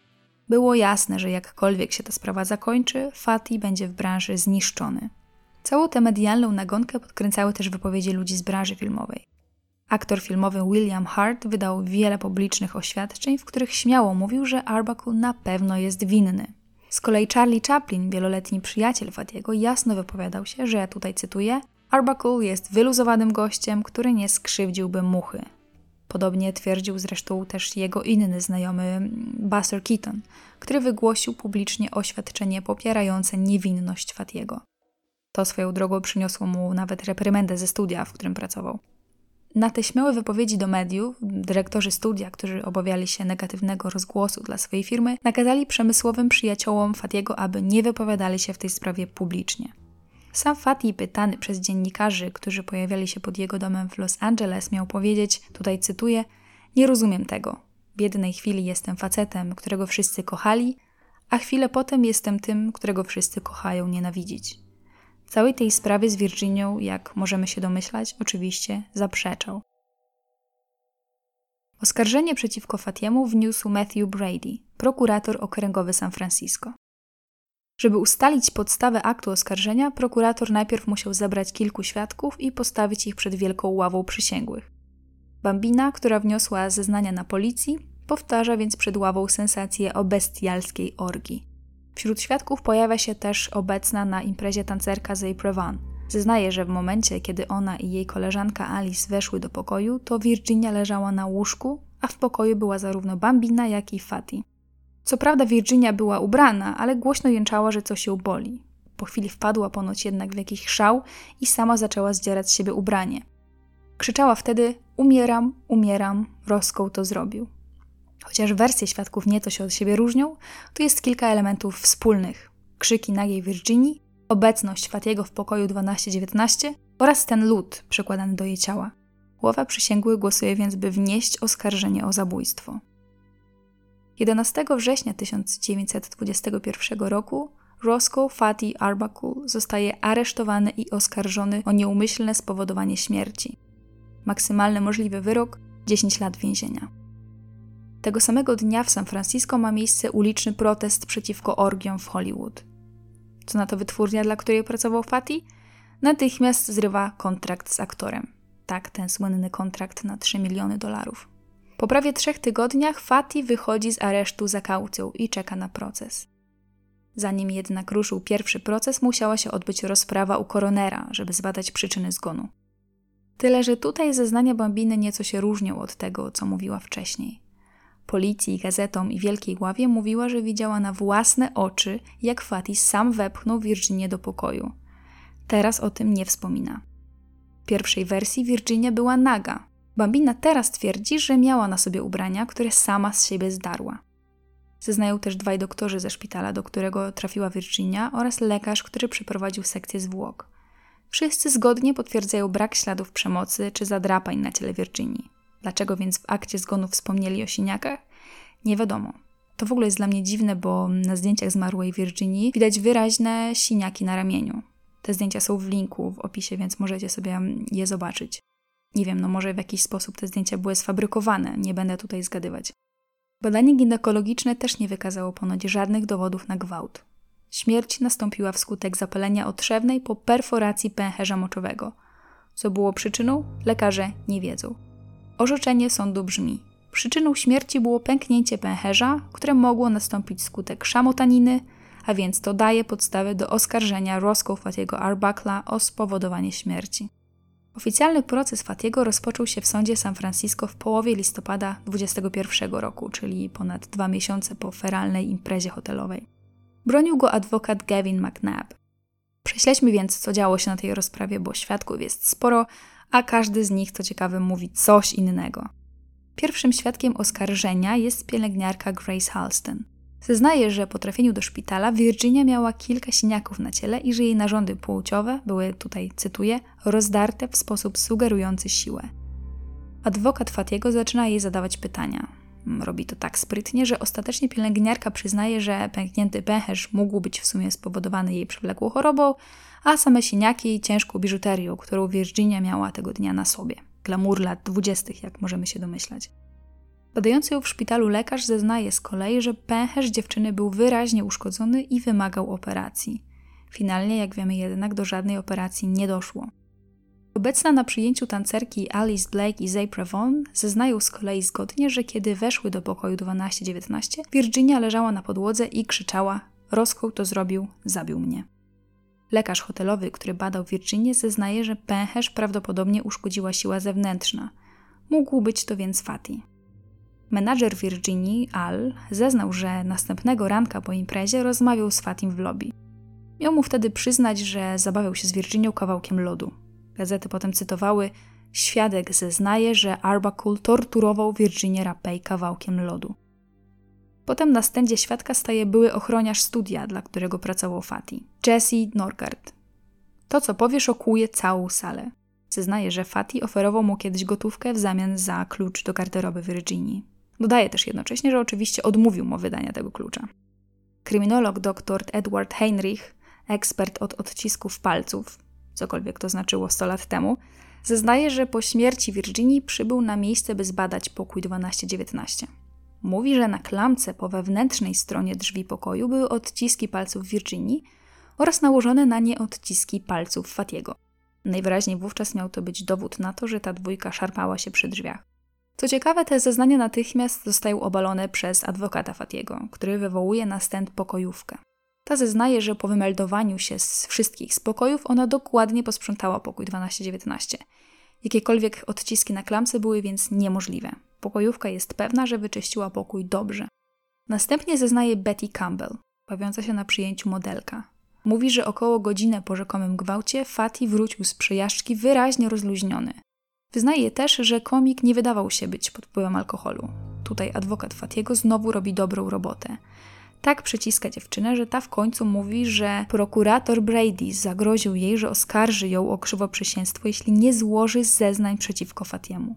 Było jasne, że jakkolwiek się ta sprawa zakończy, Fati będzie w branży zniszczony. Całą tę medialną nagonkę podkręcały też wypowiedzi ludzi z branży filmowej. Aktor filmowy William Hart wydał wiele publicznych oświadczeń, w których śmiało mówił, że Arbuckle na pewno jest winny. Z kolei Charlie Chaplin, wieloletni przyjaciel Fatiego, jasno wypowiadał się, że, tutaj cytuję, Arbuckle jest wyluzowanym gościem, który nie skrzywdziłby muchy. Podobnie twierdził zresztą też jego inny znajomy Buster Keaton, który wygłosił publicznie oświadczenie popierające niewinność Fatiego. To swoją drogą przyniosło mu nawet reprymendę ze studia, w którym pracował. Na te śmiałe wypowiedzi do mediów, dyrektorzy studia, którzy obawiali się negatywnego rozgłosu dla swojej firmy, nakazali przemysłowym przyjaciołom Fatiego, aby nie wypowiadali się w tej sprawie publicznie. Sam Fati, pytany przez dziennikarzy, którzy pojawiali się pod jego domem w Los Angeles, miał powiedzieć, tutaj cytuję, nie rozumiem tego. W jednej chwili jestem facetem, którego wszyscy kochali, a chwilę potem jestem tym, którego wszyscy kochają nienawidzić. W całej tej sprawie z Virginią, jak możemy się domyślać, oczywiście zaprzeczał. Oskarżenie przeciwko Fatiemu wniósł Matthew Brady, prokurator okręgowy San Francisco. Żeby ustalić podstawę aktu oskarżenia, prokurator najpierw musiał zebrać kilku świadków i postawić ich przed wielką ławą przysięgłych. Bambina, która wniosła zeznania na policji, powtarza więc przed ławą sensację o bestialskiej orgii. Wśród świadków pojawia się też obecna na imprezie tancerka Zay Prevan. Zeznaje, że w momencie, kiedy ona i jej koleżanka Alice weszły do pokoju, to Virginia leżała na łóżku, a w pokoju była zarówno Bambina, jak i Fati. Co prawda Virginia była ubrana, ale głośno jęczała, że coś ją boli. Po chwili wpadła ponoć jednak w jakiś szał i sama zaczęła zdzierać z siebie ubranie. Krzyczała wtedy, umieram, umieram, Roscoe to zrobił. Chociaż wersje świadków nieco się od siebie różnią, tu jest kilka elementów wspólnych. Krzyki nagiej Virginii, obecność Fatiego w pokoju 12-19 oraz ten lód przykładany do jej ciała. Ława przysięgłych głosuje więc, by wnieść oskarżenie o zabójstwo. 11 września 1921 roku Roscoe Fati Arbuckle zostaje aresztowany i oskarżony o nieumyślne spowodowanie śmierci. Maksymalny możliwy wyrok 10 lat więzienia. Tego samego dnia w San Francisco ma miejsce uliczny protest przeciwko orgiom w Hollywood. Co na to wytwórnia, dla której pracował Fati? Natychmiast zrywa kontrakt z aktorem. Tak, ten słynny kontrakt na $3 miliony. Po prawie 3 tygodniach Fati wychodzi z aresztu za kaucją i czeka na proces. Zanim jednak ruszył pierwszy proces, musiała się odbyć rozprawa u koronera, żeby zbadać przyczyny zgonu. Tyle, że tutaj zeznania Bambiny nieco się różnią od tego, co mówiła wcześniej. Policji, gazetom i Wielkiej Ławie mówiła, że widziała na własne oczy, jak Fati sam wepchnął Virginię do pokoju. Teraz o tym nie wspomina. W pierwszej wersji Virginia była naga. Bambina teraz twierdzi, że miała na sobie ubrania, które sama z siebie zdarła. Zeznają też 2 doktorzy ze szpitala, do którego trafiła Virginia, oraz lekarz, który przeprowadził sekcję zwłok. Wszyscy zgodnie potwierdzają brak śladów przemocy czy zadrapań na ciele Virginii. Dlaczego więc w akcie zgonu wspomnieli o siniakach? Nie wiadomo. To w ogóle jest dla mnie dziwne, bo na zdjęciach zmarłej Virginii widać wyraźne siniaki na ramieniu. Te zdjęcia są w linku, w opisie, więc możecie sobie je zobaczyć. Nie wiem, może w jakiś sposób te zdjęcia były sfabrykowane, nie będę tutaj zgadywać. Badanie ginekologiczne też nie wykazało ponoć żadnych dowodów na gwałt. Śmierć nastąpiła wskutek zapalenia otrzewnej po perforacji pęcherza moczowego. Co było przyczyną? Lekarze nie wiedzą. Orzeczenie sądu brzmi: przyczyną śmierci było pęknięcie pęcherza, które mogło nastąpić wskutek szamotaniny, a więc to daje podstawę do oskarżenia Roscoe Fatiego Arbuckla o spowodowanie śmierci. Oficjalny proces Fatiego rozpoczął się w sądzie San Francisco w połowie listopada 2021 roku, czyli ponad 2 miesiące po feralnej imprezie hotelowej. Bronił go adwokat Gavin McNabb. Prześledźmy więc, co działo się na tej rozprawie, bo świadków jest sporo, a każdy z nich, co ciekawe, mówi coś innego. Pierwszym świadkiem oskarżenia jest pielęgniarka Grace Halston. Zeznaje, że po trafieniu do szpitala Virginia miała kilka siniaków na ciele i że jej narządy płciowe były, tutaj cytuję, rozdarte w sposób sugerujący siłę. Adwokat Fatiego zaczyna jej zadawać pytania. Robi to tak sprytnie, że ostatecznie pielęgniarka przyznaje, że pęknięty pęcherz mógł być w sumie spowodowany jej przewlekłą chorobą, a same siniaki ciężką biżuterią, którą Virginia miała tego dnia na sobie. Glamour lat 20., jak możemy się domyślać. Badający ją w szpitalu lekarz zeznaje z kolei, że pęcherz dziewczyny był wyraźnie uszkodzony i wymagał operacji. Finalnie, jak wiemy jednak, do żadnej operacji nie doszło. Obecna na przyjęciu tancerki Alice Blake i Zapra Vaughn zeznają z kolei zgodnie, że kiedy weszły do pokoju 12-19, Virginia leżała na podłodze i krzyczała: Roscoe to zrobił, zabił mnie. Lekarz hotelowy, który badał Virginię, zeznaje, że pęcherz prawdopodobnie uszkodziła siła zewnętrzna. Mógł być to więc Fati. Menadżer Virginii, Al, zeznał, że następnego ranka po imprezie rozmawiał z Fatim w lobby. Miał mu wtedy przyznać, że zabawiał się z Virginią kawałkiem lodu. Gazety potem cytowały: świadek zeznaje, że Arbuckle torturował Virginię Rapey kawałkiem lodu. Potem na stędzie świadka staje były ochroniarz studia, dla którego pracował Fati, Jesse Norgard. To, co powie, szokuje całą salę. Zeznaje, że Fati oferował mu kiedyś gotówkę w zamian za klucz do garderoby Virginii. Dodaje też jednocześnie, że oczywiście odmówił mu wydania tego klucza. Kryminolog dr Edward Heinrich, ekspert od odcisków palców, cokolwiek to znaczyło 100 lat temu, zeznaje, że po śmierci Virginii przybył na miejsce, by zbadać pokój 12-19. Mówi, że na klamce po wewnętrznej stronie drzwi pokoju były odciski palców Virginii oraz nałożone na nie odciski palców Fatiego. Najwyraźniej wówczas miał to być dowód na to, że ta dwójka szarpała się przy drzwiach. Co ciekawe, te zeznania natychmiast zostają obalone przez adwokata Fatiego, który wywołuje na stęd pokojówkę. Ta zeznaje, że po wymeldowaniu się z wszystkich z pokojów ona dokładnie posprzątała pokój 12-19. Jakiekolwiek odciski na klamce były więc niemożliwe. Pokojówka jest pewna, że wyczyściła pokój dobrze. Następnie zeznaje Betty Campbell, bawiąca się na przyjęciu modelka. Mówi, że około godzinę po rzekomym gwałcie Fati wrócił z przejażdżki wyraźnie rozluźniony. Wyznaje też, że komik nie wydawał się być pod wpływem alkoholu. Tutaj adwokat Fatiego znowu robi dobrą robotę. Tak przyciska dziewczynę, że ta w końcu mówi, że prokurator Brady zagroził jej, że oskarży ją o krzywoprzysięstwo, jeśli nie złoży zeznań przeciwko Fatiemu.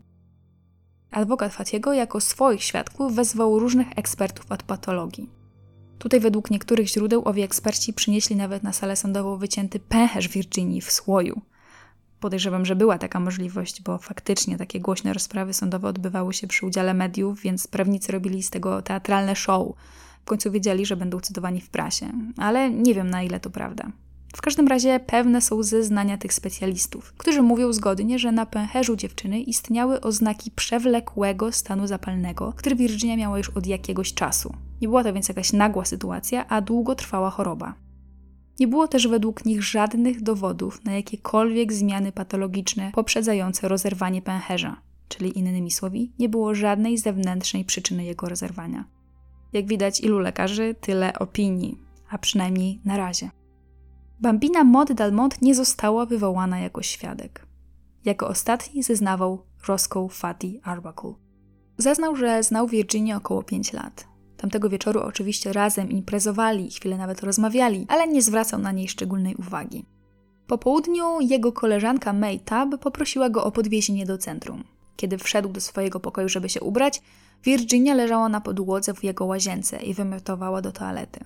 Adwokat Fatiego jako swoich świadków wezwał różnych ekspertów od patologii. Tutaj według niektórych źródeł owi eksperci przynieśli nawet na salę sądową wycięty pęcherz Virginii w słoju. Podejrzewam, że była taka możliwość, bo faktycznie takie głośne rozprawy sądowe odbywały się przy udziale mediów, więc prawnicy robili z tego teatralne show. W końcu wiedzieli, że będą cytowani w prasie, ale nie wiem, na ile to prawda. W każdym razie pewne są zeznania tych specjalistów, którzy mówią zgodnie, że na pęcherzu dziewczyny istniały oznaki przewlekłego stanu zapalnego, który Virginia miała już od jakiegoś czasu. Nie była to więc jakaś nagła sytuacja, a długotrwała choroba. Nie było też według nich żadnych dowodów na jakiekolwiek zmiany patologiczne poprzedzające rozerwanie pęcherza, czyli innymi słowy, nie było żadnej zewnętrznej przyczyny jego rozerwania. Jak widać, ilu lekarzy, tyle opinii, a przynajmniej na razie. Bambina Maud Dalmont nie została wywołana jako świadek. Jako ostatni zeznawał Roscoe Fati Arbuckle. Zeznał, że znał Virginię około 5 lat. Tamtego wieczoru oczywiście razem imprezowali i chwilę nawet rozmawiali, ale nie zwracał na niej szczególnej uwagi. Po południu jego koleżanka May Tabb poprosiła go o podwiezienie do centrum. Kiedy wszedł do swojego pokoju, żeby się ubrać, Virginia leżała na podłodze w jego łazience i wymiotowała do toalety.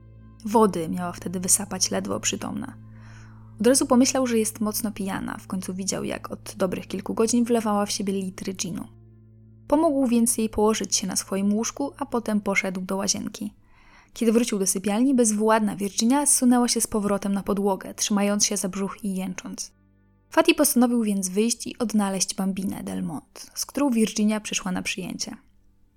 Wody miała wtedy wysapać ledwo przytomna. Od razu pomyślał, że jest mocno pijana, w końcu widział, jak od dobrych kilku godzin wlewała w siebie litry ginu. Pomógł więc jej położyć się na swoim łóżku, a potem poszedł do łazienki. Kiedy wrócił do sypialni, bezwładna Virginia zsunęła się z powrotem na podłogę, trzymając się za brzuch i jęcząc. Fati postanowił więc wyjść i odnaleźć Bambinę Dalmont, z którą Virginia przyszła na przyjęcie.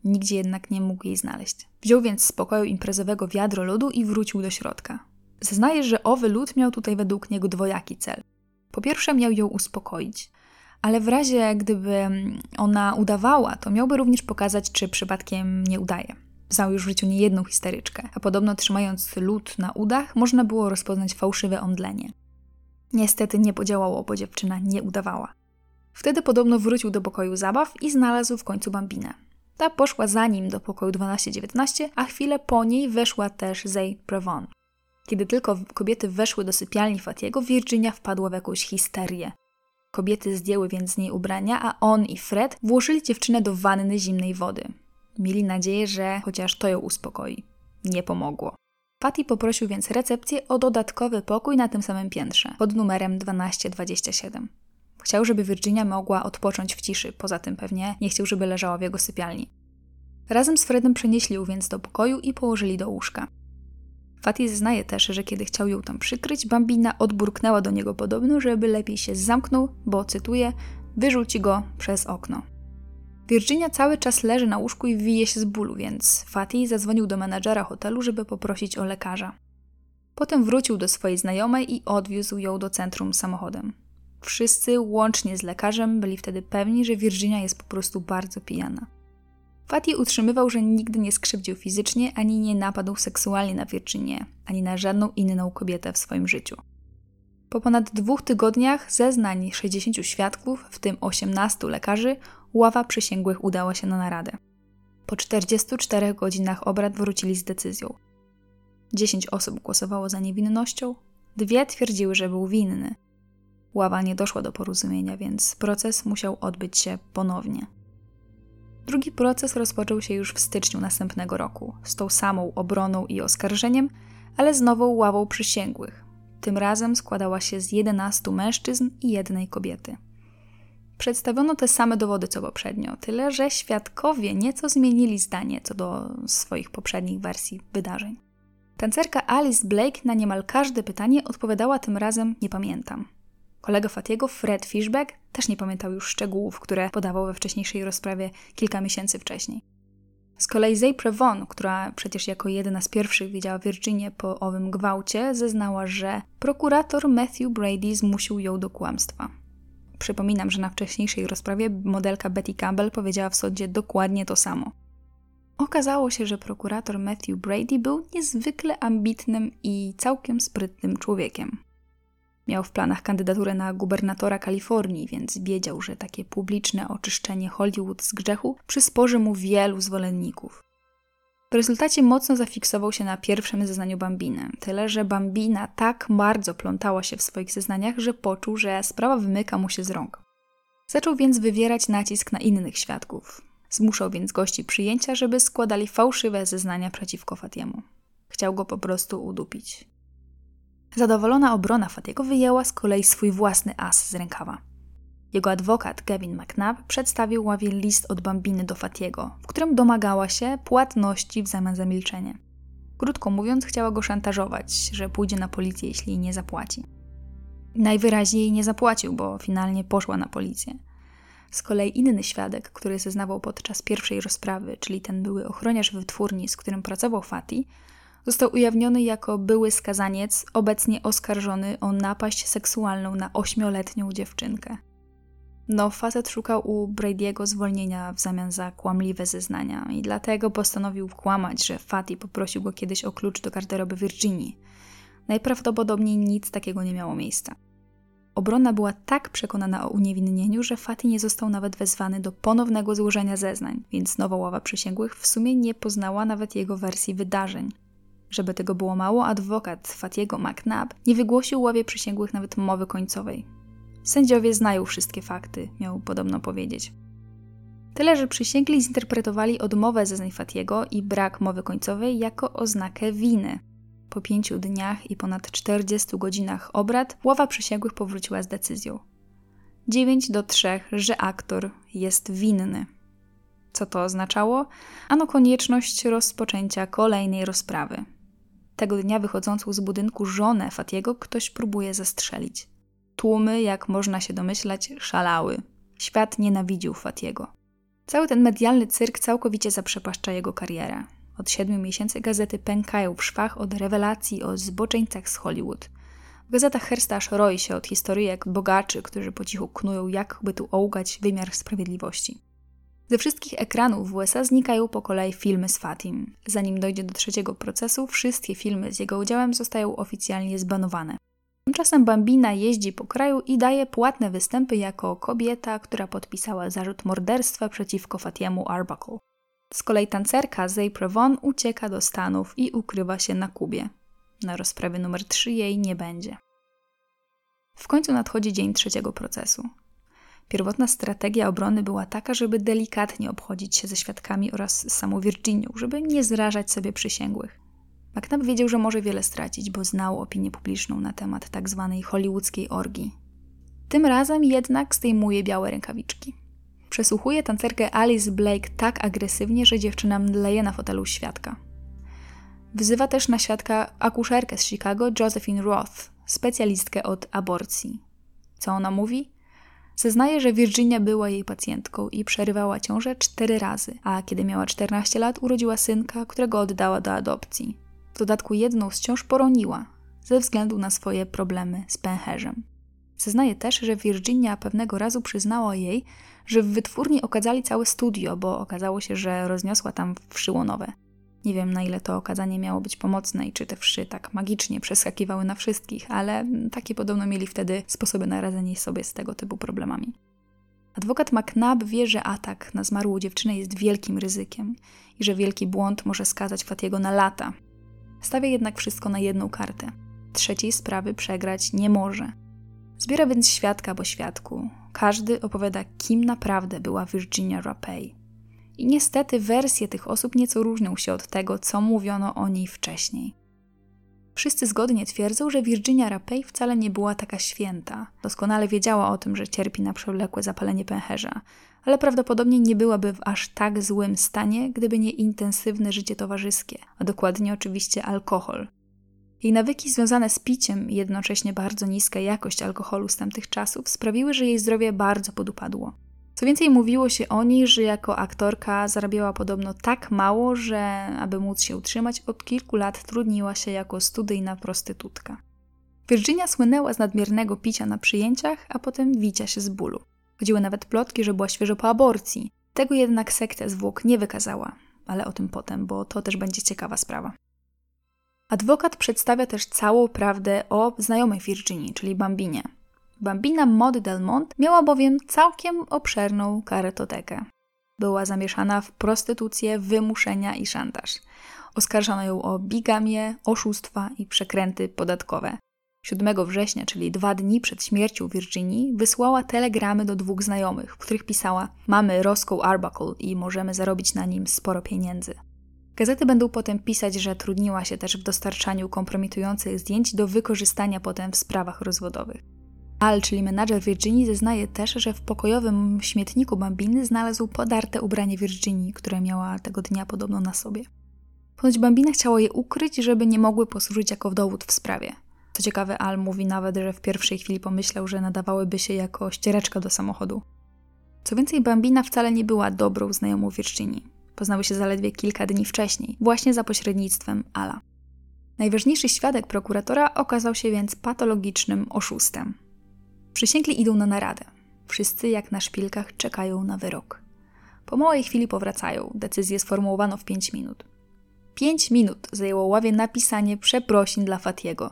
Nigdzie jednak nie mógł jej znaleźć. Wziął więc z pokoju imprezowego wiadro lodu i wrócił do środka. Zeznaje, że owy lód miał tutaj według niego dwojaki cel. Po pierwsze miał ją uspokoić, ale w razie gdyby ona udawała, to miałby również pokazać, czy przypadkiem nie udaje. Znał już w życiu niejedną histeryczkę, a podobno trzymając lód na udach można było rozpoznać fałszywe omdlenie. Niestety nie podziałało, bo dziewczyna nie udawała. Wtedy podobno wrócił do pokoju zabaw i znalazł w końcu Bambinę. Ta poszła za nim do pokoju 12-19, a chwilę po niej weszła też Zay Prevon. Kiedy tylko kobiety weszły do sypialni Fatiego, Virginia wpadła w jakąś histerię. Kobiety zdjęły więc z niej ubrania, a on i Fred włożyli dziewczynę do wanny zimnej wody. Mieli nadzieję, że chociaż to ją uspokoi. Nie pomogło. Fatty poprosił więc recepcję o dodatkowy pokój na tym samym piętrze, pod numerem 1227. Chciał, żeby Virginia mogła odpocząć w ciszy, poza tym pewnie nie chciał, żeby leżała w jego sypialni. Razem z Fredem przenieśli ją więc do pokoju i położyli do łóżka. Fatty zeznaje też, że kiedy chciał ją tam przykryć, Bambina odburknęła do niego podobno, żeby lepiej się zamknął, bo, cytuję, wyrzuci go przez okno. Virginia cały czas leży na łóżku i wije się z bólu, więc Fatty zadzwonił do menadżera hotelu, żeby poprosić o lekarza. Potem wrócił do swojej znajomej i odwiózł ją do centrum samochodem. Wszyscy, łącznie z lekarzem, byli wtedy pewni, że Virginia jest po prostu bardzo pijana. Fatty utrzymywał, że nigdy nie skrzywdził fizycznie, ani nie napadł seksualnie na Virginię, ani na żadną inną kobietę w swoim życiu. Po ponad 2 tygodniach zeznań 60 świadków, w tym 18 lekarzy, ława przysięgłych udała się na naradę. Po 44 godzinach obrad wrócili z decyzją. 10 osób głosowało za niewinnością, 2 twierdziły, że był winny. Ława nie doszła do porozumienia, więc proces musiał odbyć się ponownie. Drugi proces rozpoczął się już w styczniu następnego roku, z tą samą obroną i oskarżeniem, ale z nową ławą przysięgłych. Tym razem składała się z 11 mężczyzn i 1 kobiety. Przedstawiono te same dowody co poprzednio, tyle że świadkowie nieco zmienili zdanie co do swoich poprzednich wersji wydarzeń. Tancerka Alice Blake na niemal każde pytanie odpowiadała tym razem nie pamiętam. Kolega Fattiego, Fred Fishback, też nie pamiętał już szczegółów, które podawał we wcześniejszej rozprawie kilka miesięcy wcześniej. Z kolei Zay Prevon, która przecież jako jedna z pierwszych widziała Virginię po owym gwałcie, zeznała, że prokurator Matthew Brady zmusił ją do kłamstwa. Przypominam, że na wcześniejszej rozprawie modelka Betty Campbell powiedziała w sądzie dokładnie to samo. Okazało się, że prokurator Matthew Brady był niezwykle ambitnym i całkiem sprytnym człowiekiem. Miał w planach kandydaturę na gubernatora Kalifornii, więc wiedział, że takie publiczne oczyszczenie Hollywood z grzechu przysporzy mu wielu zwolenników. W rezultacie mocno zafiksował się na pierwszym zeznaniu Bambiny, tyle że Bambina tak bardzo plątała się w swoich zeznaniach, że poczuł, że sprawa wymyka mu się z rąk. Zaczął więc wywierać nacisk na innych świadków. Zmuszał więc gości przyjęcia, żeby składali fałszywe zeznania przeciwko Fattiemu. Chciał go po prostu udupić. Zadowolona obrona Fattiego wyjęła z kolei swój własny as z rękawa. Jego adwokat Gavin McNabb przedstawił ławie list od Bambiny do Fattiego, w którym domagała się płatności w zamian za milczenie. Krótko mówiąc, chciała go szantażować, że pójdzie na policję, jeśli jej nie zapłaci. Najwyraźniej jej nie zapłacił, bo finalnie poszła na policję. Z kolei inny świadek, który zeznawał podczas pierwszej rozprawy, czyli ten były ochroniarz wytwórni, z którym pracował Fatty, został ujawniony jako były skazaniec, obecnie oskarżony o napaść seksualną na 8-letnią dziewczynkę. Facet szukał u Brady'ego zwolnienia w zamian za kłamliwe zeznania i dlatego postanowił kłamać, że Fatty poprosił go kiedyś o klucz do garderoby Virginii. Najprawdopodobniej nic takiego nie miało miejsca. Obrona była tak przekonana o uniewinnieniu, że Fatty nie został nawet wezwany do ponownego złożenia zeznań, więc nowa ława przysięgłych w sumie nie poznała nawet jego wersji wydarzeń. Żeby tego było mało, adwokat Fattiego McNabb nie wygłosił ławie przysięgłych nawet mowy końcowej. Sędziowie znają wszystkie fakty, miał podobno powiedzieć. Tyle, że przysięgli zinterpretowali odmowę zeznań Fattiego i brak mowy końcowej jako oznakę winy. Po 5 dniach i ponad 40 godzinach obrad ława przysięgłych powróciła z decyzją. 9-3, że aktor jest winny. Co to oznaczało? Ano konieczność rozpoczęcia kolejnej rozprawy. Tego dnia wychodzącą z budynku żonę Fattiego ktoś próbuje zastrzelić. Tłumy, jak można się domyślać, szalały. Świat nienawidził Fattiego. Cały ten medialny cyrk całkowicie zaprzepaszcza jego karierę. Od 7 miesięcy gazety pękają w szwach od rewelacji o zboczeńcach z Hollywood. W gazetach Hearsta aż roi się od historyjek bogaczy, którzy po cichu knują, jakby tu ołgać wymiar sprawiedliwości. Ze wszystkich ekranów w USA znikają po kolei filmy z Fatim. Zanim dojdzie do trzeciego procesu, wszystkie filmy z jego udziałem zostają oficjalnie zbanowane. Tymczasem Bambina jeździ po kraju i daje płatne występy jako kobieta, która podpisała zarzut morderstwa przeciwko Fatiemu Arbuckle. Z kolei tancerka Zay Prevon ucieka do Stanów i ukrywa się na Kubie. Na rozprawie numer 3 jej nie będzie. W końcu nadchodzi dzień trzeciego procesu. Pierwotna strategia obrony była taka, żeby delikatnie obchodzić się ze świadkami oraz z samą Virginią, żeby nie zrażać sobie przysięgłych. McNabb wiedział, że może wiele stracić, bo znał opinię publiczną na temat tzw. hollywoodzkiej orgii. Tym razem jednak zdejmuje białe rękawiczki. Przesłuchuje tancerkę Alice Blake tak agresywnie, że dziewczyna mdleje na fotelu świadka. Wzywa też na świadka akuszerkę z Chicago, Josephine Roth, specjalistkę od aborcji. Co ona mówi? Zeznaje, że Virginia była jej pacjentką i przerywała ciążę 4 razy, a kiedy miała 14 lat, urodziła synka, którego oddała do adopcji. W dodatku jedną z ciąż poroniła, ze względu na swoje problemy z pęcherzem. Zeznaje też, że Virginia pewnego razu przyznała jej, że w wytwórni okadzali całe studio, bo okazało się, że rozniosła tam wszy łonowe. Nie wiem, na ile to okazanie miało być pomocne i czy te wszy tak magicznie przeskakiwały na wszystkich, ale takie podobno mieli wtedy sposoby na radzenie sobie z tego typu problemami. Adwokat McNabb wie, że atak na zmarłą dziewczynę jest wielkim ryzykiem i że wielki błąd może skazać Fatiego na lata. Stawia jednak wszystko na jedną kartę. Trzeciej sprawy przegrać nie może. Zbiera więc świadka po świadku. Każdy opowiada, kim naprawdę była Virginia Rapay. I niestety wersje tych osób nieco różnią się od tego, co mówiono o niej wcześniej. Wszyscy zgodnie twierdzą, że Virginia Rapay wcale nie była taka święta. Doskonale wiedziała o tym, że cierpi na przewlekłe zapalenie pęcherza, ale prawdopodobnie nie byłaby w aż tak złym stanie, gdyby nie intensywne życie towarzyskie, a dokładnie oczywiście alkohol. Jej nawyki związane z piciem i jednocześnie bardzo niska jakość alkoholu z tamtych czasów sprawiły, że jej zdrowie bardzo podupadło. Co więcej, mówiło się o niej, że jako aktorka zarabiała podobno tak mało, że aby móc się utrzymać, od kilku lat trudniła się jako studyjna prostytutka. Virginia słynęła z nadmiernego picia na przyjęciach, a potem wicia się z bólu. Chodziły nawet plotki, że była świeżo po aborcji. Tego jednak sekcja zwłok nie wykazała, ale o tym potem, bo to też będzie ciekawa sprawa. Adwokat przedstawia też całą prawdę o znajomej Virginii, czyli Bambinie. Bambina Maud Delmont miała bowiem całkiem obszerną kartotekę. Była zamieszana w prostytucję, wymuszenia i szantaż. Oskarżano ją o bigamię, oszustwa i przekręty podatkowe. 7 września, czyli 2 dni przed śmiercią Virginii, wysłała telegramy do 2 znajomych, w których pisała: mamy Roscoe Arbuckle i możemy zarobić na nim sporo pieniędzy. Gazety będą potem pisać, że trudniła się też w dostarczaniu kompromitujących zdjęć do wykorzystania potem w sprawach rozwodowych. Al, czyli menadżer Virginii, zeznaje też, że w pokojowym śmietniku Bambiny znalazł podarte ubranie Virginii, które miała tego dnia podobno na sobie. Ponoć Bambina chciała je ukryć, żeby nie mogły posłużyć jako dowód w sprawie. Co ciekawe, Al mówi nawet, że w pierwszej chwili pomyślał, że nadawałyby się jako ściereczka do samochodu. Co więcej, Bambina wcale nie była dobrą znajomą Virginii. Poznały się zaledwie kilka dni wcześniej, właśnie za pośrednictwem Ala. Najważniejszy świadek prokuratora okazał się więc patologicznym oszustem. Przysięgli idą na naradę. Wszyscy jak na szpilkach czekają na wyrok. Po małej chwili powracają. Decyzję sformułowano w 5 minut. 5 minut zajęło ławie napisanie przeprosin dla Fatiego.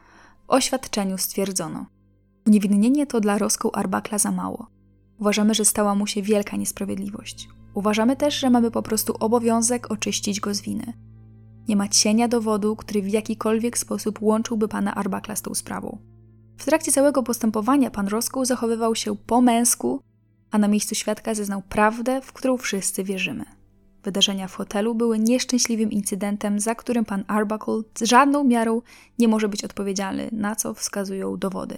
W oświadczeniu stwierdzono: uniewinnienie to dla Roscoe Arbuckla za mało. Uważamy, że stała mu się wielka niesprawiedliwość. Uważamy też, że mamy po prostu obowiązek oczyścić go z winy. Nie ma cienia dowodu, który w jakikolwiek sposób łączyłby pana Arbuckla z tą sprawą. W trakcie całego postępowania pan Roscoe zachowywał się po męsku, a na miejscu świadka zeznał prawdę, w którą wszyscy wierzymy. Wydarzenia w hotelu były nieszczęśliwym incydentem, za którym pan Arbuckle z żadną miarą nie może być odpowiedzialny, na co wskazują dowody.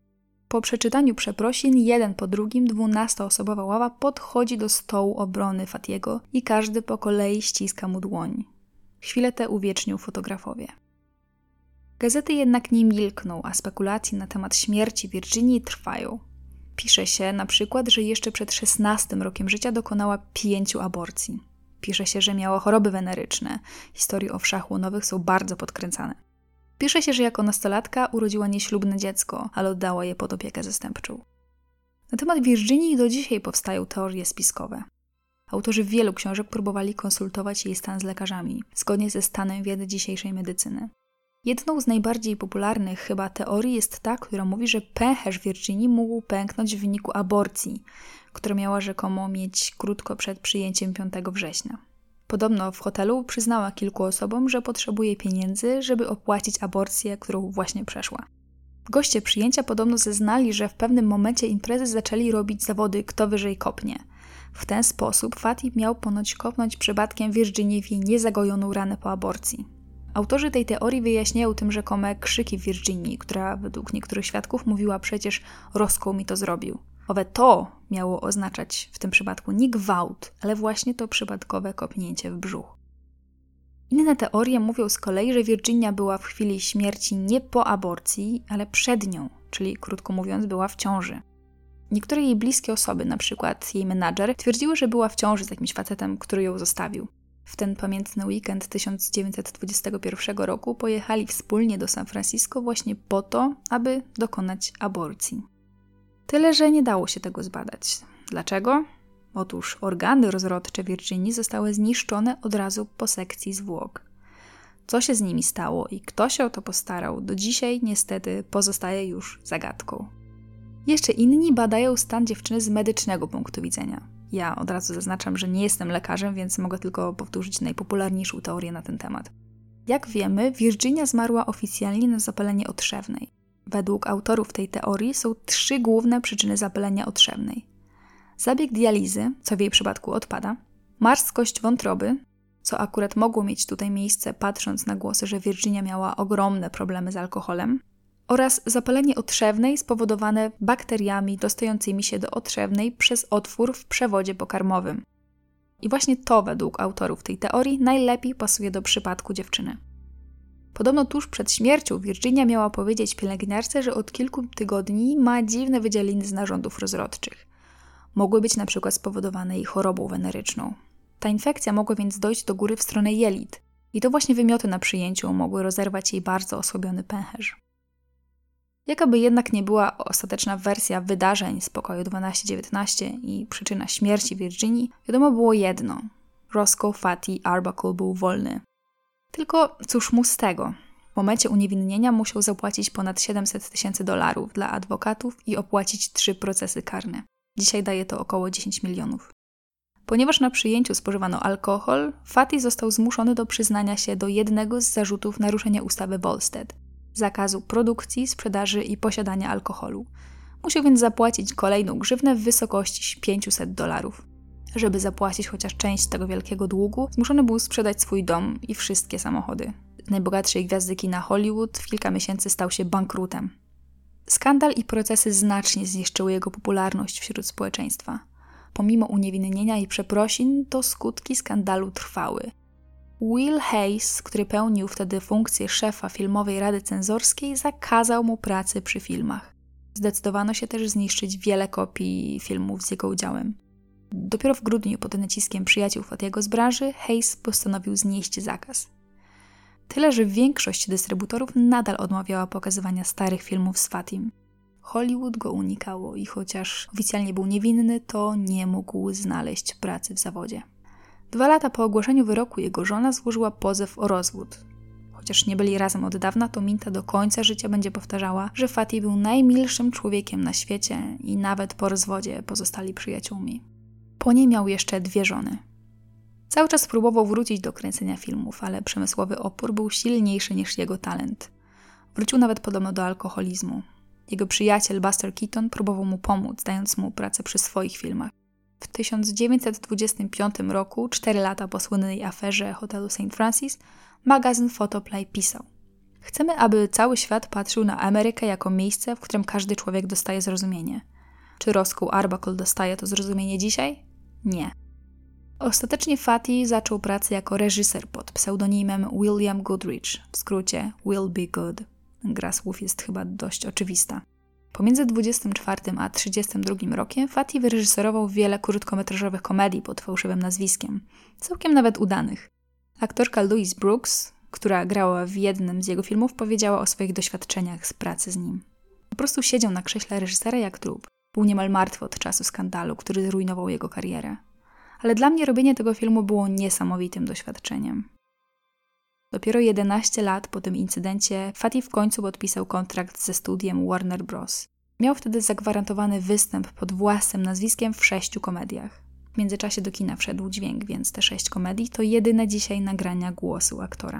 Po przeczytaniu przeprosin, jeden po drugim 12-osobowa ława podchodzi do stołu obrony Fatiego i każdy po kolei ściska mu dłoń. Chwilę tę uwiecznią fotografowie. Gazety jednak nie milkną, a spekulacje na temat śmierci Virginii trwają. Pisze się na przykład, że jeszcze przed 16 rokiem życia dokonała 5 aborcji. Pisze się, że miała choroby weneryczne. Historie o wszach łonowych są bardzo podkręcane. Pisze się, że jako nastolatka urodziła nieślubne dziecko, ale oddała je pod opiekę zastępczą. Na temat Virginii do dzisiaj powstają teorie spiskowe. Autorzy wielu książek próbowali konsultować jej stan z lekarzami, zgodnie ze stanem wiedzy dzisiejszej medycyny. Jedną z najbardziej popularnych chyba teorii jest ta, która mówi, że pęcherz Virginii mógł pęknąć w wyniku aborcji, która miała rzekomo mieć krótko przed przyjęciem 5 września. Podobno w hotelu przyznała kilku osobom, że potrzebuje pieniędzy, żeby opłacić aborcję, którą właśnie przeszła. Goście przyjęcia podobno zeznali, że w pewnym momencie imprezy zaczęli robić zawody kto wyżej kopnie. W ten sposób Fatih miał ponoć kopnąć przypadkiem Virginii w jej niezagojoną ranę po aborcji. Autorzy tej teorii wyjaśniają tym rzekome krzyki Virginii, która według niektórych świadków mówiła przecież Roscoe mi to zrobił. Owe to miało oznaczać w tym przypadku nie gwałt, ale właśnie to przypadkowe kopnięcie w brzuch. Inne teorie mówią z kolei, że Virginia była w chwili śmierci nie po aborcji, ale przed nią, czyli krótko mówiąc była w ciąży. Niektóre jej bliskie osoby, np. jej menadżer, twierdziły, że była w ciąży z jakimś facetem, który ją zostawił. W ten pamiętny weekend 1921 roku pojechali wspólnie do San Francisco właśnie po to, aby dokonać aborcji. Tyle, że nie dało się tego zbadać. Dlaczego? Otóż organy rozrodcze Virginii zostały zniszczone od razu po sekcji zwłok. Co się z nimi stało i kto się o to postarał, do dzisiaj niestety pozostaje już zagadką. Jeszcze inni badają stan dziewczyny z medycznego punktu widzenia. Ja od razu zaznaczam, że nie jestem lekarzem, więc mogę tylko powtórzyć najpopularniejszą teorię na ten temat. Jak wiemy, Virginia zmarła oficjalnie na zapalenie otrzewnej. Według autorów tej teorii są 3 główne przyczyny zapalenia otrzewnej. Zabieg dializy, co w jej przypadku odpada, marskość wątroby, co akurat mogło mieć tutaj miejsce patrząc na głosy, że Virginia miała ogromne problemy z alkoholem, oraz zapalenie otrzewnej spowodowane bakteriami dostającymi się do otrzewnej przez otwór w przewodzie pokarmowym. I właśnie to według autorów tej teorii najlepiej pasuje do przypadku dziewczyny. Podobno tuż przed śmiercią Virginia miała powiedzieć pielęgniarce, że od kilku tygodni ma dziwne wydzieliny z narządów rozrodczych. Mogły być na przykład spowodowane jej chorobą weneryczną. Ta infekcja mogła więc dojść do góry w stronę jelit i to właśnie wymioty na przyjęciu mogły rozerwać jej bardzo osłabiony pęcherz. Jakaby jednak nie była ostateczna wersja wydarzeń z pokoju 12-19 i przyczyna śmierci Virginii, wiadomo było jedno. Roscoe Fatih Arbuckle był wolny. Tylko cóż mu z tego? W momencie uniewinnienia musiał zapłacić ponad $700,000 dla adwokatów i opłacić 3 procesy karne. Dzisiaj daje to około 10 milionów. Ponieważ na przyjęciu spożywano alkohol, Fatih został zmuszony do przyznania się do jednego z zarzutów naruszenia ustawy Volstead – zakazu produkcji, sprzedaży i posiadania alkoholu. Musiał więc zapłacić kolejną grzywnę w wysokości $500. Żeby zapłacić chociaż część tego wielkiego długu, zmuszony był sprzedać swój dom i wszystkie samochody. Najbogatszej gwiazdy kina Hollywood w kilka miesięcy stał się bankrutem. Skandal i procesy znacznie zniszczyły jego popularność wśród społeczeństwa. Pomimo uniewinnienia i przeprosin, to skutki skandalu trwały. Will Hayes, który pełnił wtedy funkcję szefa filmowej rady cenzorskiej, zakazał mu pracy przy filmach. Zdecydowano się też zniszczyć wiele kopii filmów z jego udziałem. Dopiero w grudniu pod naciskiem przyjaciół Fatiego z branży Hayes postanowił znieść zakaz. Tyle, że większość dystrybutorów nadal odmawiała pokazywania starych filmów z Fatim. Hollywood go unikało i chociaż oficjalnie był niewinny, to nie mógł znaleźć pracy w zawodzie. 2 lata po ogłoszeniu wyroku jego żona złożyła pozew o rozwód. Chociaż nie byli razem od dawna, to Minta do końca życia będzie powtarzała, że Fatih był najmilszym człowiekiem na świecie i nawet po rozwodzie pozostali przyjaciółmi. Po niej miał jeszcze 2 żony. Cały czas próbował wrócić do kręcenia filmów, ale przemysłowy opór był silniejszy niż jego talent. Wrócił nawet podobno do alkoholizmu. Jego przyjaciel Buster Keaton próbował mu pomóc, dając mu pracę przy swoich filmach. W 1925 roku, 4 lata po słynnej aferze hotelu St. Francis, magazyn Photoplay pisał: chcemy, aby cały świat patrzył na Amerykę jako miejsce, w którym każdy człowiek dostaje zrozumienie. Czy Roscoe Arbuckle dostaje to zrozumienie dzisiaj? Nie. Ostatecznie Fatih zaczął pracę jako reżyser pod pseudonimem William Goodrich, w skrócie Will Be Good. Gra słów jest chyba dość oczywista. Pomiędzy 24 a 32 rokiem Fatih wyreżyserował wiele krótkometrażowych komedii pod fałszywym nazwiskiem, całkiem nawet udanych. Aktorka Louise Brooks, która grała w jednym z jego filmów, powiedziała o swoich doświadczeniach z pracy z nim. Po prostu siedział na krześle reżysera jak trup. Był niemal martwy od czasu skandalu, który zrujnował jego karierę. Ale dla mnie robienie tego filmu było niesamowitym doświadczeniem. Dopiero 11 lat po tym incydencie Fatih w końcu podpisał kontrakt ze studiem Warner Bros. Miał wtedy zagwarantowany występ pod własnym nazwiskiem w 6 komediach. W międzyczasie do kina wszedł dźwięk, więc te 6 komedii to jedyne dzisiaj nagrania głosu aktora.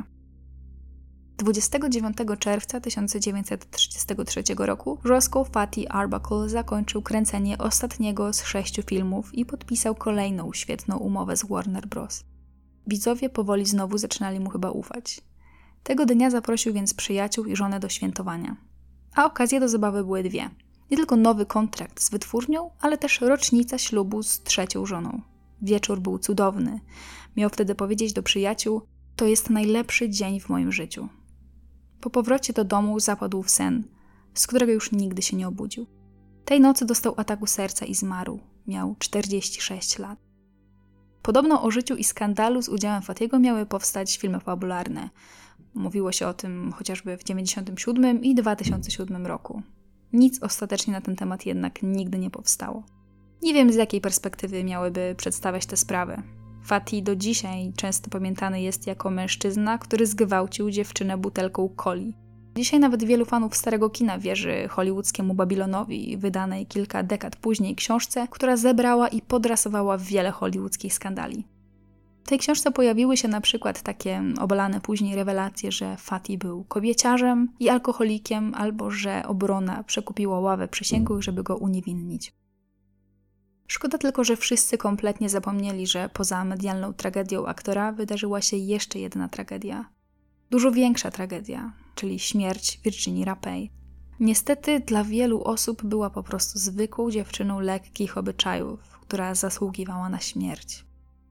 29 czerwca 1933 roku Roscoe Fatih Arbuckle zakończył kręcenie ostatniego z 6 filmów i podpisał kolejną świetną umowę z Warner Bros. Widzowie powoli znowu zaczynali mu chyba ufać. Tego dnia zaprosił więc przyjaciół i żonę do świętowania. A okazje do zabawy były dwie. Nie tylko nowy kontrakt z wytwórnią, ale też rocznica ślubu z 3. żoną. Wieczór był cudowny. Miał wtedy powiedzieć do przyjaciół: to jest najlepszy dzień w moim życiu. Po powrocie do domu zapadł w sen, z którego już nigdy się nie obudził. Tej nocy dostał ataku serca i zmarł. Miał 46 lat. Podobno o życiu i skandalu z udziałem Fatiego miały powstać filmy fabularne. Mówiło się o tym chociażby w 1997 i 2007 roku. Nic ostatecznie na ten temat jednak nigdy nie powstało. Nie wiem, z jakiej perspektywy miałyby przedstawiać te sprawy. Fatih do dzisiaj często pamiętany jest jako mężczyzna, który zgwałcił dziewczynę butelką coli. Dzisiaj nawet wielu fanów starego kina wierzy hollywoodzkiemu Babilonowi, wydanej kilka dekad później książce, która zebrała i podrasowała wiele hollywoodzkich skandali. W tej książce pojawiły się na przykład takie obalane później rewelacje, że Fatih był kobieciarzem i alkoholikiem, albo że obrona przekupiła ławę przysięgłych, żeby go uniewinnić. Szkoda tylko, że wszyscy kompletnie zapomnieli, że poza medialną tragedią aktora wydarzyła się jeszcze jedna tragedia. Dużo większa tragedia, czyli śmierć Virginie Rapay. Niestety dla wielu osób była po prostu zwykłą dziewczyną lekkich obyczajów, która zasługiwała na śmierć.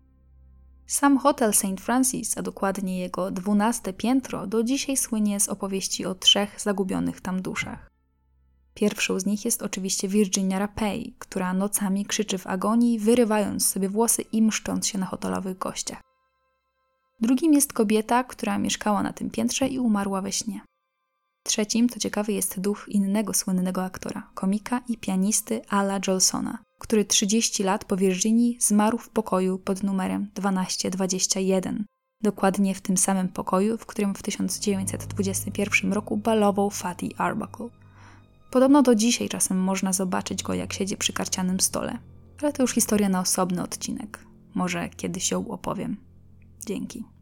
Sam hotel St. Francis, a dokładnie jego 12. piętro, do dzisiaj słynie z opowieści o 3 zagubionych tam duszach. Pierwszą z nich jest oczywiście Virginia Rapay, która nocami krzyczy w agonii, wyrywając sobie włosy i mszcząc się na hotelowych gościach. Drugim jest kobieta, która mieszkała na tym piętrze i umarła we śnie. Trzecim, to ciekawy, jest duch innego słynnego aktora, komika i pianisty Alla Jolsona, który 30 lat po Virginii zmarł w pokoju pod numerem 1221, dokładnie w tym samym pokoju, w którym w 1921 roku balował Fatih Arbuckle. Podobno do dzisiaj czasem można zobaczyć go, jak siedzi przy karcianym stole, ale to już historia na osobny odcinek. Może kiedyś ją opowiem. Dzięki.